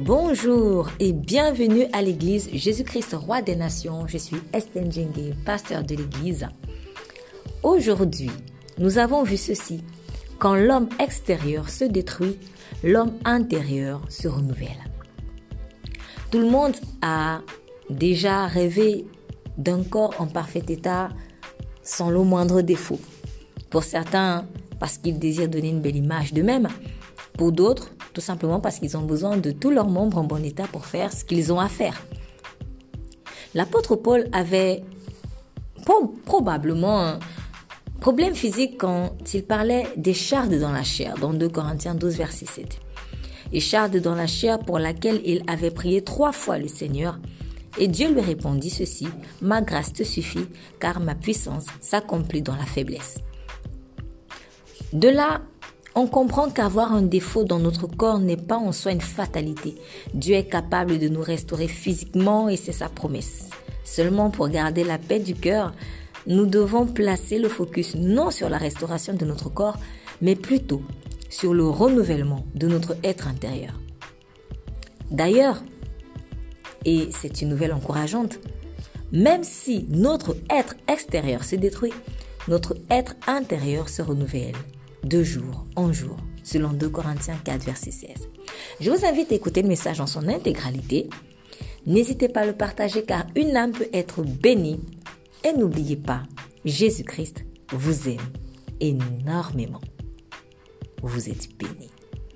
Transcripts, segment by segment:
Bonjour et bienvenue à l'église Jésus-Christ, Roi des Nations. Je suis Estelle Djengue, pasteur de l'église. Aujourd'hui, nous avons vu ceci. Quand l'homme extérieur se détruit, l'homme intérieur se renouvelle. Tout le monde a déjà rêvé d'un corps en parfait état, sans le moindre défaut. Pour certains, parce qu'ils désirent donner une belle image d'eux-mêmes. Pour d'autres, tout simplement parce qu'ils ont besoin de tous leurs membres en bon état pour faire ce qu'ils ont à faire. L'apôtre Paul avait probablement un problème physique quand il parlait des chardes dans la chair, dans 2 Corinthiens 12, verset 7. Et chardes dans la chair pour laquelle il avait prié 3 fois le Seigneur. Et Dieu lui répondit ceci, « Ma grâce te suffit, car ma puissance s'accomplit dans la faiblesse. » De là, on comprend qu'avoir un défaut dans notre corps n'est pas en soi une fatalité. Dieu est capable de nous restaurer physiquement et c'est sa promesse. Seulement pour garder la paix du cœur, nous devons placer le focus non sur la restauration de notre corps, mais plutôt sur le renouvellement de notre être intérieur. D'ailleurs, et c'est une nouvelle encourageante, même si notre être extérieur se détruit, notre être intérieur se renouvelle de jour en jour, selon 2 Corinthiens 4, verset 16. Je vous invite à écouter le message en son intégralité. N'hésitez pas à le partager car une âme peut être bénie. Et n'oubliez pas, Jésus-Christ vous aime énormément. Vous êtes bénis.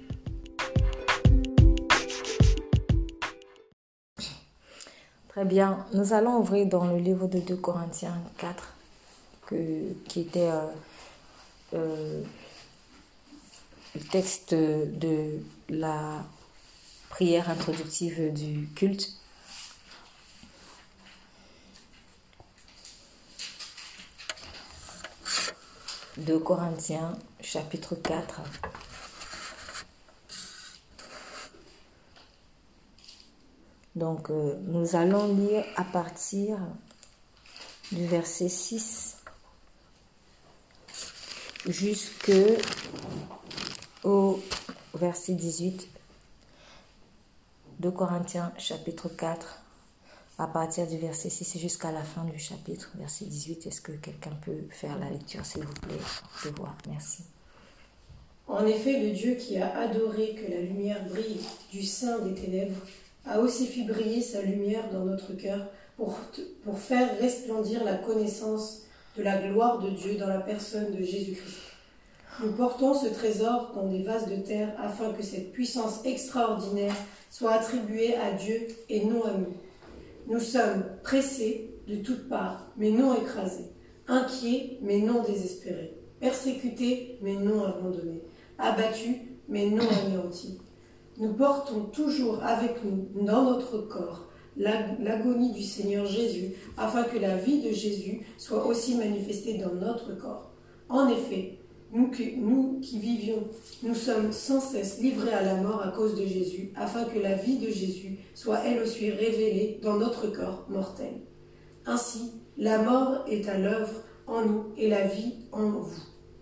Très bien, nous allons ouvrir dans le livre de 2 Corinthiens 4, qui était le texte de la prière introductive du culte. De Corinthiens, chapitre 4. Donc, nous allons lire à partir du verset 6 jusqu'au verset 18 de Corinthiens, chapitre 4, à partir du verset 6 jusqu'à la fin du chapitre, verset 18. Est-ce que quelqu'un peut faire la lecture, s'il vous plaît? Je vois, merci. En effet, le Dieu qui a adoré que la lumière brille du sein des ténèbres a aussi fait briller sa lumière dans notre cœur pour faire resplendir la connaissance de la gloire de Dieu dans la personne de Jésus-Christ. Nous portons ce trésor dans des vases de terre afin que cette puissance extraordinaire soit attribuée à Dieu et non à nous. Nous sommes pressés de toutes parts, mais non écrasés, inquiets, mais non désespérés, persécutés, mais non abandonnés, abattus, mais non anéantis. Nous portons toujours avec nous, dans notre corps, l'agonie du Seigneur Jésus, afin que la vie de Jésus soit aussi manifestée dans notre corps. En effet, nous qui vivions, nous sommes sans cesse livrés à la mort à cause de Jésus, afin que la vie de Jésus soit elle aussi révélée dans notre corps mortel. Ainsi, la mort est à l'œuvre en nous et la vie en vous.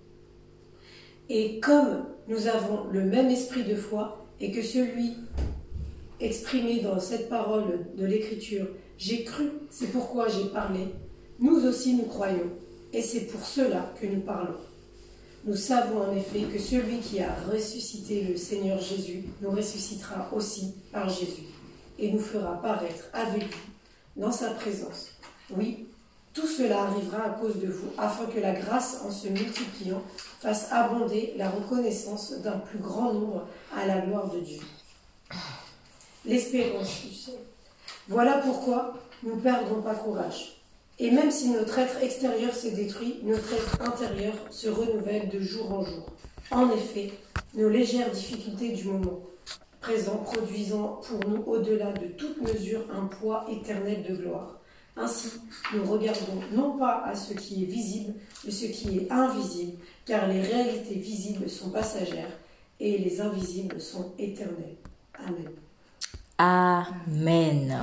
Et comme nous avons le même esprit de foi, et que celui exprimé dans cette parole de l'Écriture, j'ai cru, c'est pourquoi j'ai parlé, nous aussi nous croyons, et c'est pour cela que nous parlons. Nous savons en effet que celui qui a ressuscité le Seigneur Jésus nous ressuscitera aussi par Jésus, et nous fera paraître avec lui dans sa présence. Oui, tout cela arrivera à cause de vous, afin que la grâce, en se multipliant, fasse abonder la reconnaissance d'un plus grand nombre à la gloire de Dieu. L'espérance du ciel. Voilà pourquoi nous ne perdons pas courage. Et même si notre être extérieur s'est détruit, notre être intérieur se renouvelle de jour en jour. En effet, nos légères difficultés du moment présent produisant pour nous au-delà de toute mesure un poids éternel de gloire. Ainsi, nous regardons non pas à ce qui est visible, mais ce qui est invisible, car les réalités visibles sont passagères et les invisibles sont éternelles. Amen. Amen.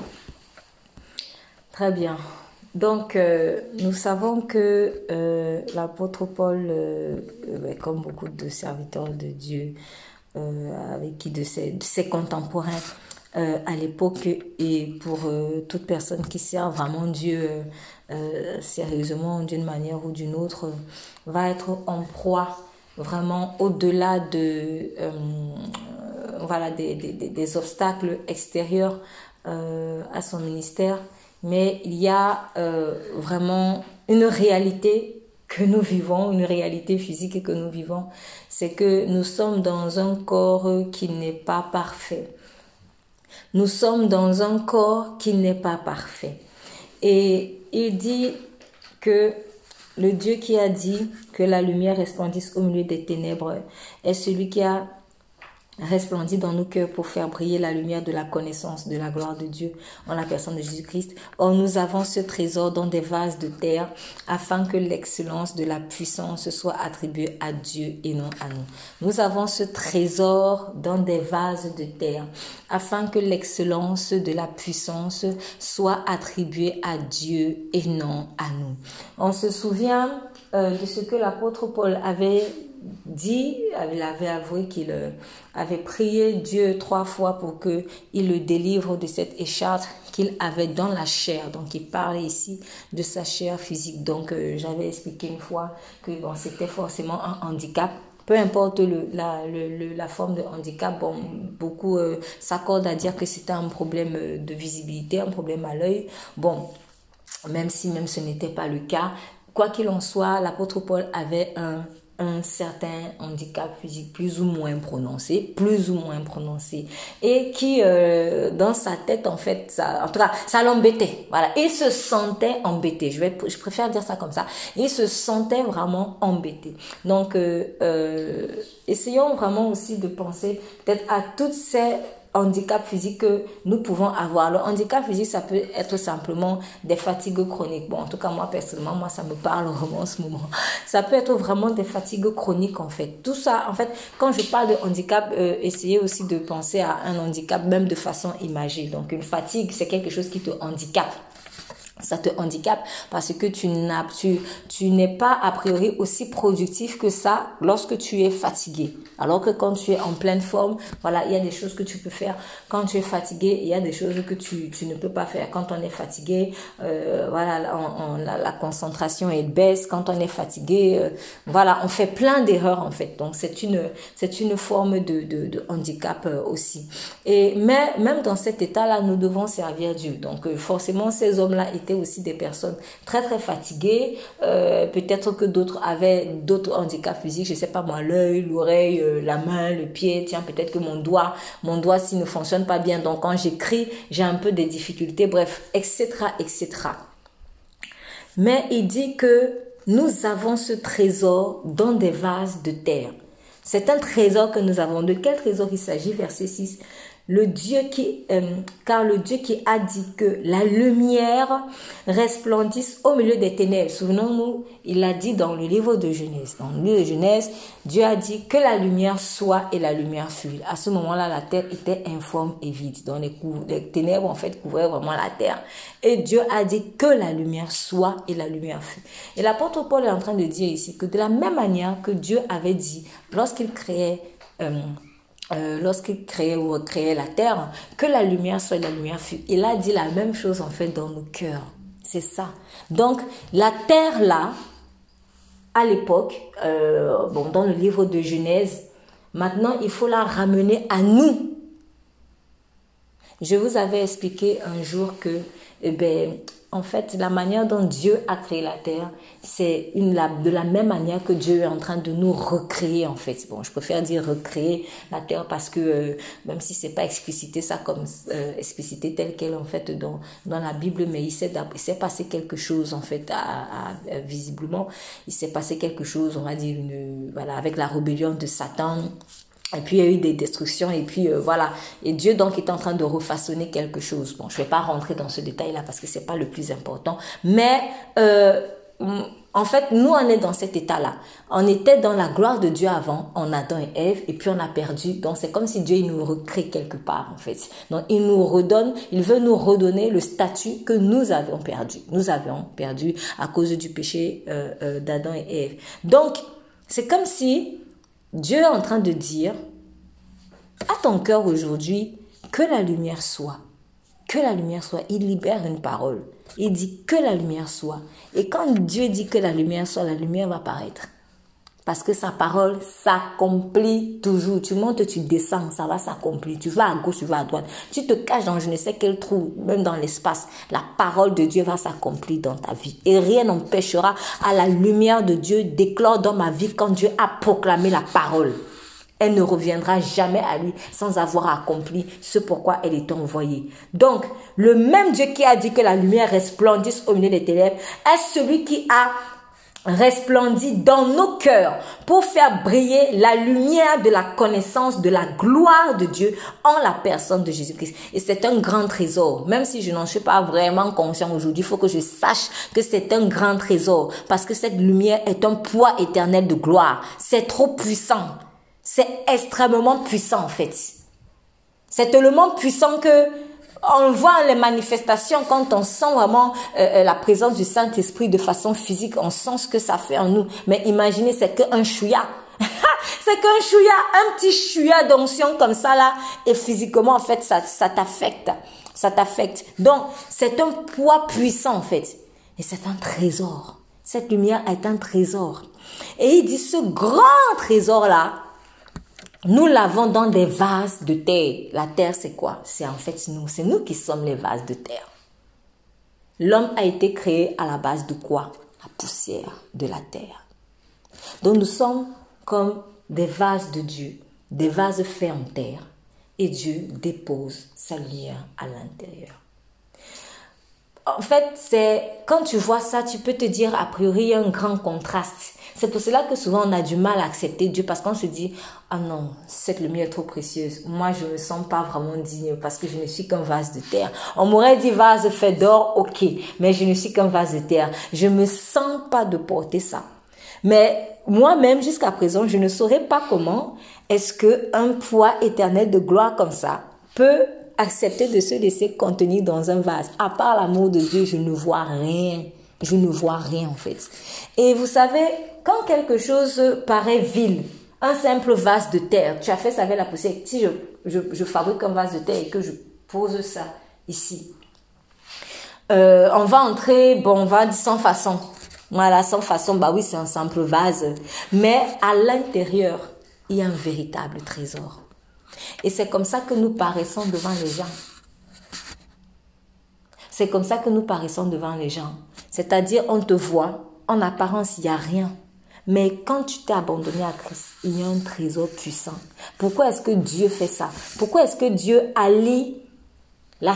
Très bien. Donc, nous savons que l'apôtre Paul, comme beaucoup de serviteurs de Dieu, avec qui de ses contemporains à l'époque, et pour toute personne qui sert vraiment Dieu sérieusement d'une manière ou d'une autre, va être en proie vraiment au-delà de voilà, des obstacles extérieurs à son ministère. Mais il y a vraiment une réalité que nous vivons, une réalité physique que nous vivons, c'est que nous sommes dans un corps qui n'est pas parfait. Nous sommes dans un corps qui n'est pas parfait. Et il dit que le Dieu qui a dit que la lumière resplendisse au milieu des ténèbres est celui qui a resplendit dans nos cœurs pour faire briller la lumière de la connaissance de la gloire de Dieu en la personne de Jésus-Christ. Or, nous avons ce trésor dans des vases de terre afin que l'excellence de la puissance soit attribuée à Dieu et non à nous. Nous avons ce trésor dans des vases de terre afin que l'excellence de la puissance soit attribuée à Dieu et non à nous. On se souvient de ce que l'apôtre Paul avait dit, il avait avoué qu'il avait prié Dieu 3 fois pour qu'il le délivre de cette écharpe qu'il avait dans la chair. Donc il parlait ici de sa chair physique. Donc j'avais expliqué une fois que bon, c'était forcément un handicap. Peu importe la forme de handicap, bon, beaucoup s'accordent à dire que c'était un problème de visibilité, un problème à l'œil. Bon, même si ce n'était pas le cas, quoi qu'il en soit, l'apôtre Paul avait un certain handicap physique plus ou moins prononcé, et qui dans sa tête en fait, en tout cas ça l'embêtait. Voilà, il se sentait embêté. Je préfère dire ça comme ça. Il se sentait vraiment embêté. Donc essayons vraiment aussi de penser peut-être à toutes ces handicap physique que nous pouvons avoir. Le handicap physique, ça peut être simplement des fatigues chroniques. Bon, en tout cas, moi, personnellement, moi, ça me parle vraiment en ce moment. Ça peut être vraiment des fatigues chroniques, en fait. Tout ça, en fait, quand je parle de handicap, essayez aussi de penser à un handicap, même de façon imagée. Donc, une fatigue, c'est quelque chose qui te handicape. Ça te handicape parce que tu n'es pas a priori aussi productif que ça lorsque tu es fatigué. Alors que quand tu es en pleine forme, voilà, il y a des choses que tu peux faire. Quand tu es fatigué, il y a des choses que tu ne peux pas faire. Quand on est fatigué, voilà, la concentration elle baisse. Quand on est fatigué, voilà, on fait plein d'erreurs en fait. Donc c'est une forme de handicap aussi. Mais même dans cet état-là, nous devons servir Dieu. Donc forcément, ces hommes-là étaient aussi des personnes très très fatiguées. Peut-être que d'autres avaient d'autres handicaps physiques, je sais pas moi, l'œil, l'oreille, la main, le pied. Tiens, peut-être que mon doigt s'il ne fonctionne pas bien, donc quand j'écris j'ai un peu des difficultés, bref, etc. Mais il dit que nous avons ce trésor dans des vases de terre. C'est un trésor que nous avons. De quel trésor il s'agit? Verset 6. Car le Dieu qui a dit que la lumière resplendisse au milieu des ténèbres. Souvenons-nous, il a dit dans le livre de Genèse. Dans le livre de Genèse, Dieu a dit que la lumière soit et la lumière fut. À ce moment-là, la terre était informe et vide. Donc les ténèbres en fait couvraient vraiment la terre. Et Dieu a dit que la lumière soit et la lumière fut. Et l'apôtre Paul est en train de dire ici que de la même manière que Dieu avait dit lorsqu'il créait ou recréait la terre, que la lumière soit et la lumière fut. Il a dit la même chose en fait dans nos cœurs. C'est ça. Donc la terre là, à l'époque, dans le livre de Genèse, maintenant il faut la ramener à nous. Je vous avais expliqué un jour que, en fait, la manière dont Dieu a créé la terre, c'est de la même manière que Dieu est en train de nous recréer, en fait. Bon, je préfère dire recréer la terre parce que, même si c'est pas explicité ça comme explicité telle qu'elle, en fait, dans la Bible, mais il s'est passé quelque chose, en fait, visiblement. Il s'est passé quelque chose, on va dire, avec la rébellion de Satan. Et puis, il y a eu des destructions et puis voilà. Et Dieu, donc, est en train de refaçonner quelque chose. Bon, je vais pas rentrer dans ce détail-là parce que c'est pas le plus important. Mais, en fait, nous, on est dans cet état-là. On était dans la gloire de Dieu avant, en Adam et Ève, et puis on a perdu. Donc, c'est comme si Dieu, il nous recrée quelque part, en fait. Donc, il veut nous redonner le statut que nous avions perdu. Nous avions perdu à cause du péché d'Adam et Ève. Donc, c'est comme si Dieu est en train de dire à ton cœur aujourd'hui, que la lumière soit. Que la lumière soit. Il libère une parole. Il dit que la lumière soit. Et quand Dieu dit que la lumière soit, la lumière va paraître. Parce que sa parole s'accomplit toujours. Tu montes, tu descends, ça va s'accomplir. Tu vas à gauche, tu vas à droite. Tu te caches dans je ne sais quel trou, même dans l'espace. La parole de Dieu va s'accomplir dans ta vie. Et rien n'empêchera à la lumière de Dieu d'éclore dans ma vie quand Dieu a proclamé la parole. Elle ne reviendra jamais à lui sans avoir accompli ce pourquoi elle est envoyée. Donc, le même Dieu qui a dit que la lumière resplendisse au milieu des ténèbres est celui qui a resplendit dans nos cœurs pour faire briller la lumière de la connaissance de la gloire de Dieu en la personne de Jésus-Christ. Et c'est un grand trésor. Même si je n'en suis pas vraiment conscient aujourd'hui, il faut que je sache que c'est un grand trésor parce que cette lumière est un poids éternel de gloire. C'est trop puissant. C'est extrêmement puissant en fait. C'est tellement puissant que on voit les manifestations quand on sent vraiment la présence du Saint-Esprit de façon physique, on sent ce que ça fait en nous. Mais imaginez, c'est qu'un chouïa. C'est qu'un chouïa, un petit chouïa d'onction comme ça là. Et physiquement, en fait, ça t'affecte. Ça t'affecte. Donc, c'est un poids puissant en fait. Et c'est un trésor. Cette lumière est un trésor. Et il dit, ce grand trésor là, nous l'avons dans des vases de terre. La terre, c'est quoi? C'est en fait nous. C'est nous qui sommes les vases de terre. L'homme a été créé à la base de quoi? La poussière de la terre. Donc nous sommes comme des vases de Dieu, des vases faits en terre. Et Dieu dépose sa lumière à l'intérieur. En fait, quand tu vois ça, tu peux te dire, a priori, il y a un grand contraste. C'est pour cela que souvent on a du mal à accepter Dieu parce qu'on se dit, ah non, cette lumière est trop précieuse. Moi, je ne me sens pas vraiment digne parce que je ne suis qu'un vase de terre. On m'aurait dit vase fait d'or, ok, mais je ne suis qu'un vase de terre. Je ne me sens pas de porter ça. Mais moi-même, jusqu'à présent, je ne saurais pas comment est-ce qu'un poids éternel de gloire comme ça peut accepter de se laisser contenir dans un vase. À part l'amour de Dieu, je ne vois rien. Je ne vois rien en fait. Et vous savez, quand quelque chose paraît vil, un simple vase de terre, tu as fait ça avec la poussière. Si je fabrique un vase de terre et que je pose ça ici, on va entrer, bon, on va dire sans façon. Voilà, sans façon, bah oui, c'est un simple vase. Mais à l'intérieur, il y a un véritable trésor. Et c'est comme ça que nous paraissons devant les gens. C'est comme ça que nous paraissons devant les gens. C'est-à-dire, on te voit, en apparence, il n'y a rien. Mais quand tu t'es abandonné à Christ, il y a un trésor puissant. Pourquoi est-ce que Dieu fait ça? Pourquoi est-ce que Dieu allie une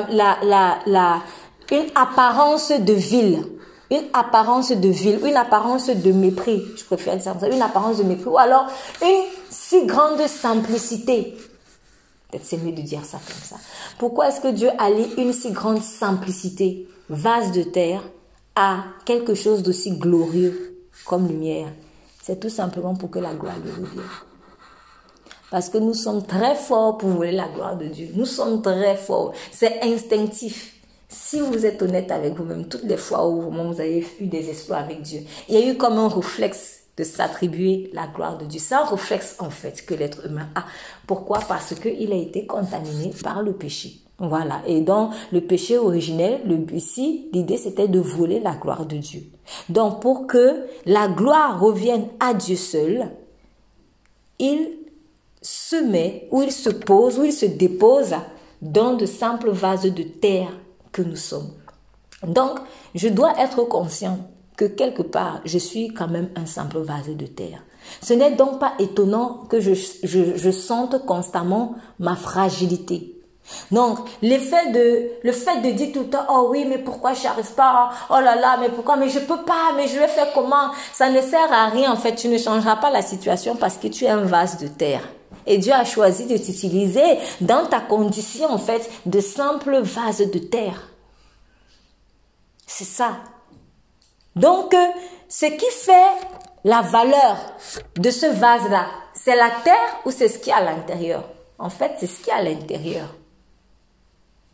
apparence de ville, une apparence de mépris, je préfère dire ça, une apparence de mépris, ou alors une si grande simplicité? Peut-être c'est mieux de dire ça comme ça. Pourquoi est-ce que Dieu allie une si grande simplicité, vase de terre, à quelque chose d'aussi glorieux comme lumière? C'est tout simplement pour que la gloire lui revienne. Parce que nous sommes très forts pour voler la gloire de Dieu. Nous sommes très forts. C'est instinctif. Si vous êtes honnête avec vous-même, toutes les fois où vous avez eu des exploits avec Dieu, il y a eu comme un réflexe de s'attribuer la gloire de Dieu. C'est un réflexe en fait que l'être humain a. Pourquoi? Parce qu'il a été contaminé par le péché. Voilà. Et dans le péché originel, ici, l'idée c'était de voler la gloire de Dieu. Donc pour que la gloire revienne à Dieu seul, il se met, ou il se pose, ou il se dépose dans de simples vases de terre que nous sommes. Donc, je dois être conscient que quelque part, je suis quand même un simple vase de terre. Ce n'est donc pas étonnant que je sente constamment ma fragilité. Donc, le fait de dire tout le temps, oh oui, mais pourquoi je n'y arrive pas? Oh là là, mais pourquoi? Mais je peux pas, mais je vais faire comment? Ça ne sert à rien en fait, tu ne changeras pas la situation parce que tu es un vase de terre. Et Dieu a choisi de t'utiliser dans ta condition en fait de simple vase de terre. C'est ça. Donc, ce qui fait la valeur de ce vase-là, c'est la terre ou c'est ce qui est à l'intérieur? En fait, c'est ce qui est à l'intérieur.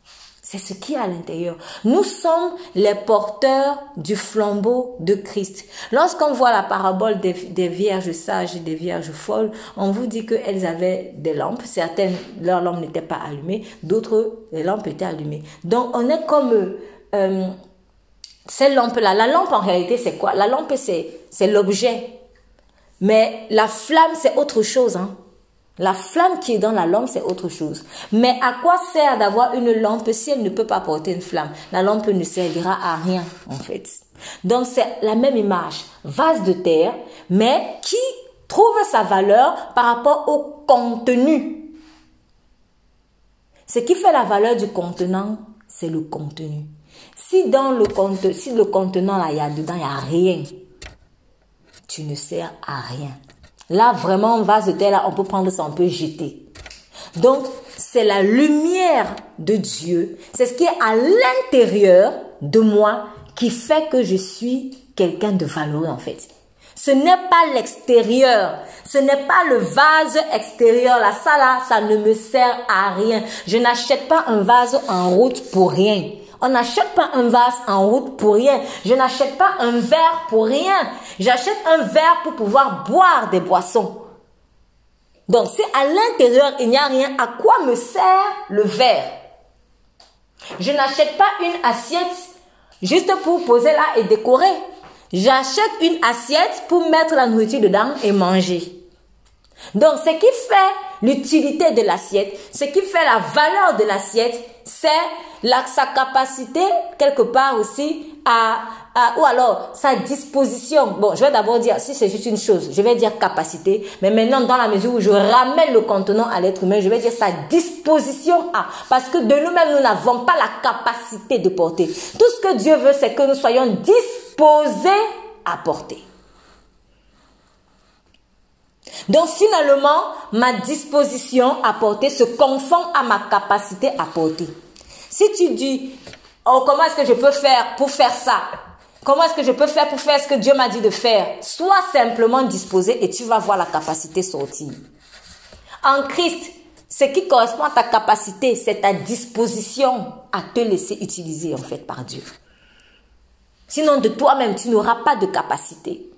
C'est ce qui est à l'intérieur. Nous sommes les porteurs du flambeau de Christ. Lorsqu'on voit la parabole des vierges sages et des vierges folles, on vous dit qu'elles avaient des lampes. Certaines, leurs lampes n'étaient pas allumées. D'autres, les lampes étaient allumées. Donc, on est comme ces lampes-là. La lampe, en réalité, c'est quoi? La lampe, c'est l'objet. Mais la flamme, c'est autre chose, hein. La flamme qui est dans la lampe, c'est autre chose. Mais à quoi sert d'avoir une lampe si elle ne peut pas porter une flamme? La lampe ne servira à rien, en fait. Donc, c'est la même image. Vase de terre, mais qui trouve sa valeur par rapport au contenu. Ce qui fait la valeur du contenant, c'est le contenu. Si le contenant, là, il y a dedans, il n'y a rien, tu ne sers à rien. Là, vraiment, vase de terre, là, on peut prendre ça, on peut jeter. Donc, c'est la lumière de Dieu. C'est ce qui est à l'intérieur de moi qui fait que je suis quelqu'un de valeureux, en fait. Ce n'est pas l'extérieur. Ce n'est pas le vase extérieur. Là, ça ne me sert à rien. Je n'achète pas un vase en route pour rien. On n'achète pas un vase en route pour rien. Je n'achète pas un verre pour rien. J'achète un verre pour pouvoir boire des boissons. Donc, si à l'intérieur, il n'y a rien, à quoi me sert le verre? Je n'achète pas une assiette juste pour poser là et décorer. J'achète une assiette pour mettre la nourriture dedans et manger. Donc, ce qui fait l'utilité de l'assiette, ce qui fait la valeur de l'assiette, c'est sa capacité, quelque part aussi, ou alors sa disposition. Bon, je vais d'abord dire, si c'est juste une chose, je vais dire capacité, mais maintenant, dans la mesure où je ramène le contenant à l'être humain, je vais dire sa disposition à. Parce que de nous-mêmes, nous n'avons pas la capacité de porter. Tout ce que Dieu veut, c'est que nous soyons disposés à porter. Donc finalement, ma disposition à porter se confond à ma capacité à porter. Si tu dis, oh, comment est-ce que je peux faire pour faire ça? Comment est-ce que je peux faire pour faire ce que Dieu m'a dit de faire? Sois simplement disposé et tu vas voir la capacité sortir. En Christ, ce qui correspond à ta capacité, c'est ta disposition à te laisser utiliser en fait par Dieu. Sinon, de toi-même, tu n'auras pas de capacité.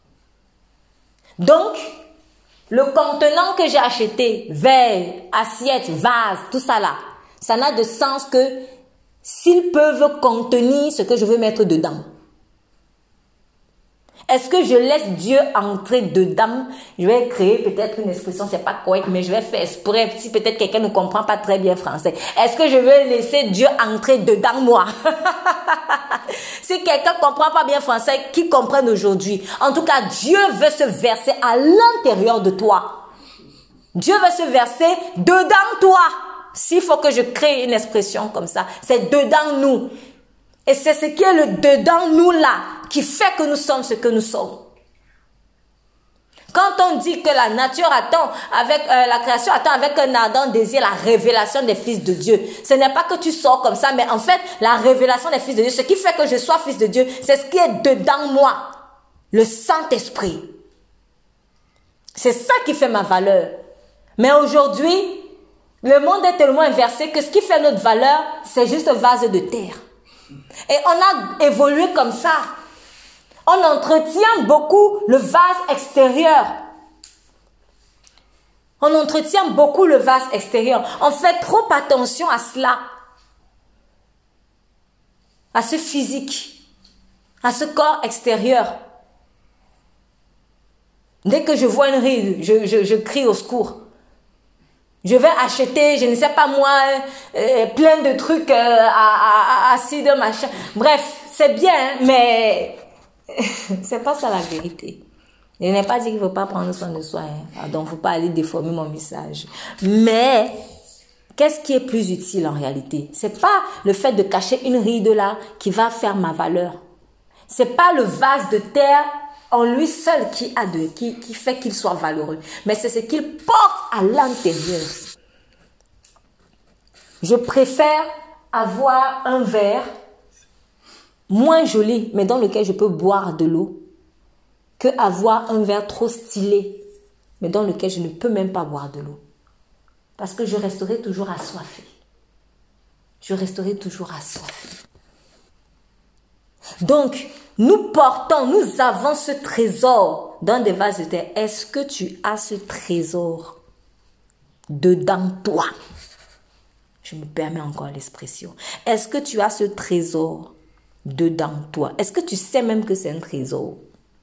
Donc, le contenant que j'ai acheté, verre, assiette, vase, tout ça là, ça n'a de sens que s'ils peuvent contenir ce que je veux mettre dedans. Est-ce que je laisse Dieu entrer dedans? Je vais créer peut-être une expression, c'est pas correct, mais je vais faire exprès, si peut-être quelqu'un ne comprend pas très bien français. Est-ce que je vais laisser Dieu entrer dedans moi? Si quelqu'un ne comprend pas bien français, qui comprenne aujourd'hui? En tout cas, Dieu veut se verser à l'intérieur de toi. Dieu veut se verser dedans toi. S'il faut que je crée une expression comme ça, c'est dedans nous. Et c'est ce qui est le dedans nous là qui fait que nous sommes ce que nous sommes. Quand on dit que la nature attend avec la création attend avec un ardent désir la révélation des fils de Dieu, ce n'est pas que tu sors comme ça, mais en fait la révélation des fils de Dieu, ce qui fait que je sois fils de Dieu, c'est ce qui est dedans moi, le Saint-Esprit. C'est ça qui fait ma valeur. Mais aujourd'hui, le monde est tellement inversé que ce qui fait notre valeur, c'est juste un vase de terre. Et on a évolué comme ça. On entretient beaucoup le vase extérieur. On entretient beaucoup le vase extérieur. On fait trop attention à cela. À ce physique. À ce corps extérieur. Dès que je vois une ride, je crie au secours. Je vais acheter, je ne sais pas moi, plein de trucs acides, machin. Bref, c'est bien, mais c'est pas ça la vérité. Je n'ai pas dit qu'il ne faut pas prendre soin de soi. Hein. Donc, il ne faut pas aller déformer mon message. Mais, qu'est-ce qui est plus utile en réalité? Ce n'est pas le fait de cacher une ride là qui va faire ma valeur. Ce n'est pas le vase de terre en lui seul qui fait qu'il soit valeureux. Mais c'est ce qu'il porte à l'intérieur. Je préfère avoir un verre moins joli, mais dans lequel je peux boire de l'eau, que avoir un verre trop stylé, mais dans lequel je ne peux même pas boire de l'eau. Parce que je resterai toujours assoiffée. je resterai toujours assoiffé. Donc, nous avons ce trésor dans des vases de terre. Est-ce que tu as ce trésor dedans toi? Je me permets encore l'expression. Est-ce que tu as ce trésor dedans toi? Est-ce que tu sais même que c'est un trésor?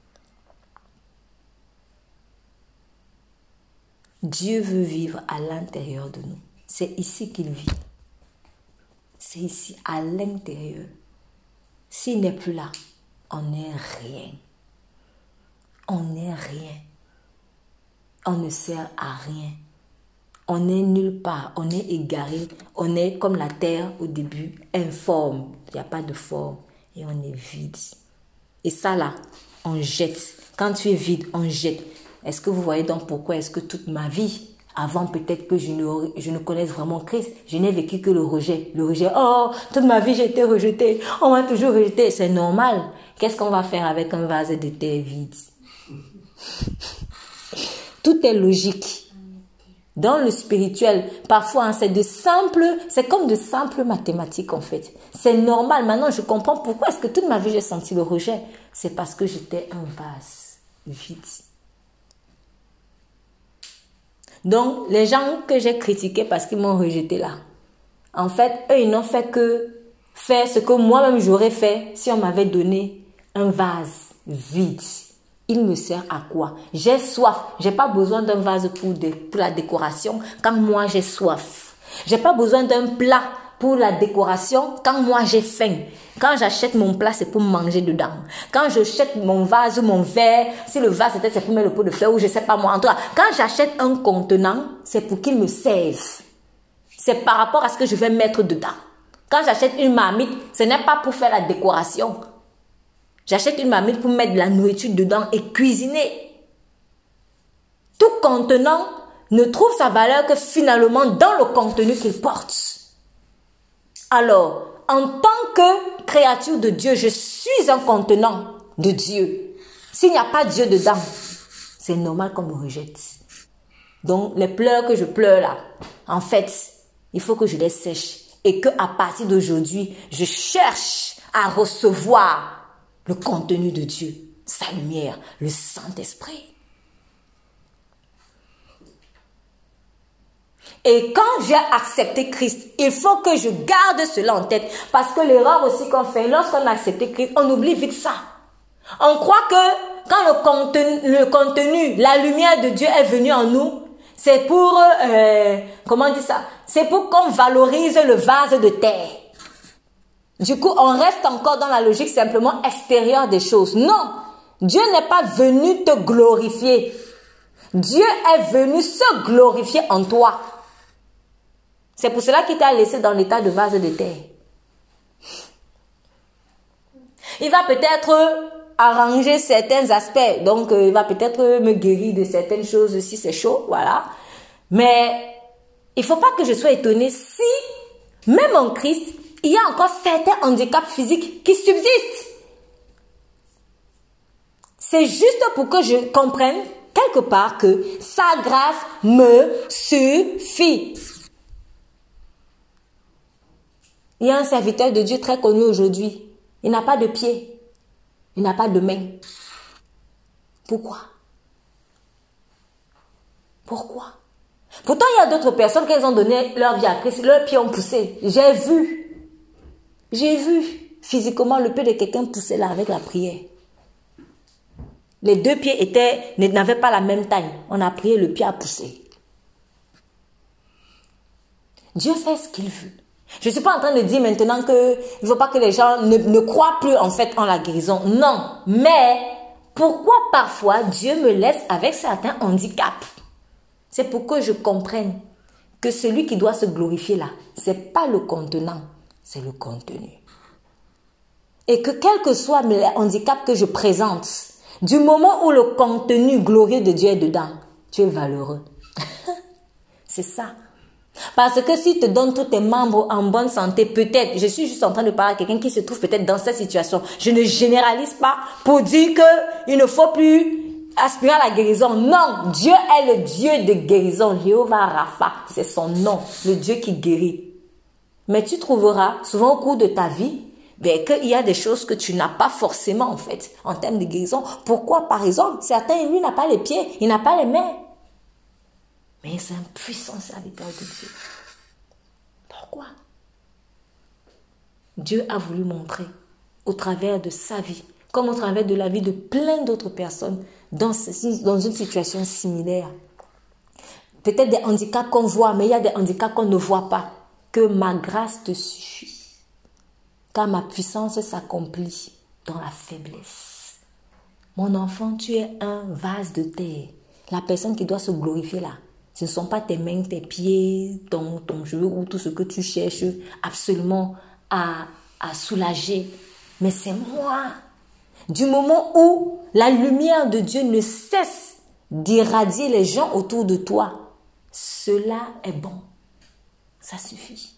Dieu veut vivre à l'intérieur de nous. C'est ici qu'il vit. C'est ici, à l'intérieur. S'il n'est plus là, on n'est rien. On n'est rien. On ne sert à rien. On est nulle part. On est égaré. On est comme la terre au début, informe. Il n'y a pas de forme. Et on est vide. Et ça là, on jette. Quand tu es vide, on jette. Est-ce que vous voyez donc pourquoi est-ce que toute ma vie, avant peut-être que je ne connaisse vraiment Christ, je n'ai vécu que le rejet. Le rejet, oh, toute ma vie j'ai été rejetée, on m'a toujours rejeté. C'est normal. Qu'est-ce qu'on va faire avec un vase de terre vide? Tout est logique. Dans le spirituel, parfois, hein, c'est comme de simples mathématiques en fait. C'est normal. Maintenant, je comprends pourquoi est-ce que toute ma vie j'ai senti le rejet. C'est parce que j'étais un vase vide. Donc, les gens que j'ai critiqués parce qu'ils m'ont rejeté là, en fait, eux, ils n'ont fait que faire ce que moi-même j'aurais fait si on m'avait donné un vase vide. Il me sert à quoi? J'ai soif. J'ai pas besoin d'un vase pour la décoration quand moi j'ai soif. J'ai pas besoin d'un plat pour la décoration quand moi j'ai faim. Quand j'achète mon plat, c'est pour manger dedans. Quand j'achète mon vase ou mon verre, si le vase c'est pour mettre le pot de fleurs ou je sais pas moi. En tout cas, quand j'achète un contenant, c'est pour qu'il me serve. C'est par rapport à ce que je vais mettre dedans. Quand j'achète une marmite, ce n'est pas pour faire la décoration. J'achète une marmite pour mettre de la nourriture dedans et cuisiner. Tout contenant ne trouve sa valeur que finalement dans le contenu qu'il porte. Alors, en tant que créature de Dieu, je suis un contenant de Dieu. S'il n'y a pas Dieu dedans, c'est normal qu'on me rejette. Donc, les pleurs que je pleure là, en fait, il faut que je les sèche. Et qu'à partir d'aujourd'hui, je cherche à recevoir le contenu de Dieu, sa lumière, le Saint-Esprit. Et quand j'ai accepté Christ, il faut que je garde cela en tête. Parce que l'erreur aussi qu'on fait, lorsqu'on a accepté Christ, on oublie vite ça. On croit que quand le contenu, la lumière de Dieu est venue en nous, c'est pour, comment on dit ça? C'est pour qu'on valorise le vase de terre. Du coup, on reste encore dans la logique simplement extérieure des choses. Non, Dieu n'est pas venu te glorifier. Dieu est venu se glorifier en toi. C'est pour cela qu'il t'a laissé dans l'état de vase de terre. Il va peut-être arranger certains aspects. Donc, il va peut-être me guérir de certaines choses si c'est chaud. Voilà. Mais il ne faut pas que je sois étonnée si, même en Christ, il y a encore certains handicaps physiques qui subsistent. C'est juste pour que je comprenne quelque part que sa grâce me suffit. Il y a un serviteur de Dieu très connu aujourd'hui. Il n'a pas de pied. Il n'a pas de main. Pourquoi? Pourquoi? Pourtant, il y a d'autres personnes qui ont donné leur vie à Christ. Leurs pieds ont poussé. J'ai vu physiquement le pied de quelqu'un pousser là avec la prière. Les deux pieds n'avaient pas la même taille. On a prié, le pied a poussé. Dieu fait ce qu'il veut. Je ne suis pas en train de dire maintenant qu'il ne faut pas que les gens ne croient plus en fait en la guérison. Non. Mais pourquoi parfois Dieu me laisse avec certains handicaps? C'est pour que je comprenne que celui qui doit se glorifier là, ce n'est pas le contenant, c'est le contenu. Et que quel que soit les handicaps que je présente, du moment où le contenu glorieux de Dieu est dedans, tu es valeureux. C'est ça. Parce que s'il te donne tous tes membres en bonne santé, peut-être, je suis juste en train de parler à quelqu'un qui se trouve peut-être dans cette situation. Je ne généralise pas pour dire qu'il ne faut plus aspirer à la guérison. Non, Dieu est le Dieu de guérison. Jéhovah Rapha, c'est son nom, le Dieu qui guérit. Mais tu trouveras souvent au cours de ta vie qu'il y a des choses que tu n'as pas forcément en fait en termes de guérison. Pourquoi? Par exemple, certains, lui n'a pas les pieds, il n'a pas les mains. Mais c'est un puissant serviteur de Dieu. Pourquoi? Dieu a voulu montrer au travers de sa vie, comme au travers de la vie de plein d'autres personnes dans une situation similaire. Peut-être des handicaps qu'on voit, mais il y a des handicaps qu'on ne voit pas. Que ma grâce te suffit. Car ma puissance s'accomplit dans la faiblesse. Mon enfant, tu es un vase de terre. La personne qui doit se glorifier là, ce ne sont pas tes mains, tes pieds, ton jeu ou tout ce que tu cherches absolument à soulager. Mais c'est moi. Du moment où la lumière de Dieu ne cesse d'irradier les gens autour de toi, cela est bon. Ça suffit.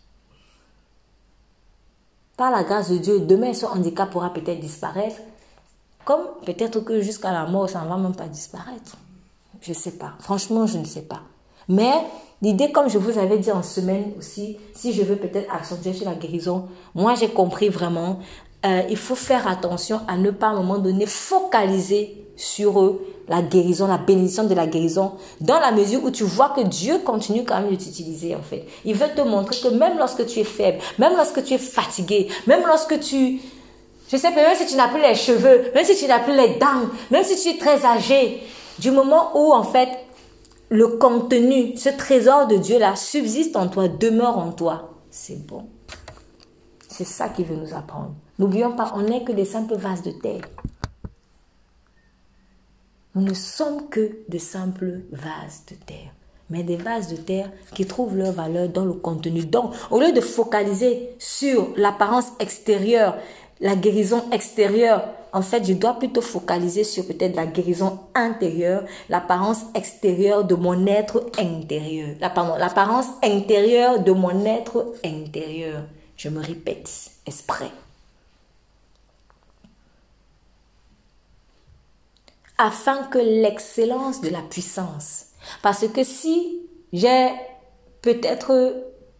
Par la grâce de Dieu, demain, ce handicap pourra peut-être disparaître. Comme peut-être que jusqu'à la mort, ça ne va même pas disparaître. Je ne sais pas. Franchement, je ne sais pas. Mais l'idée, comme je vous avais dit en semaine aussi, si je veux peut-être accentuer sur la guérison, moi j'ai compris vraiment, il faut faire attention à ne pas à un moment donné focaliser sur la guérison, la bénédiction de la guérison, dans la mesure où tu vois que Dieu continue quand même de t'utiliser en fait. Il veut te montrer que même lorsque tu es faible, même lorsque tu es fatigué, même lorsque tu... Je sais pas, même si tu n'as plus les cheveux, même si tu n'as plus les dents, même si tu es très âgé, du moment où en fait le contenu, ce trésor de Dieu là subsiste en toi, demeure en toi, c'est bon. C'est ça qu'il veut nous apprendre. N'oublions pas, on n'est que des simples vases de terre. Nous ne sommes que de simples vases de terre. Mais des vases de terre qui trouvent leur valeur dans le contenu. Donc, au lieu de focaliser sur l'apparence extérieure, la guérison extérieure, en fait, je dois plutôt focaliser sur peut-être la guérison intérieure, l'apparence extérieure de mon être intérieur. L'apparence intérieure de mon être intérieur. Je me répète, exprès. Afin que l'excellence de la puissance. Parce que si j'ai peut-être...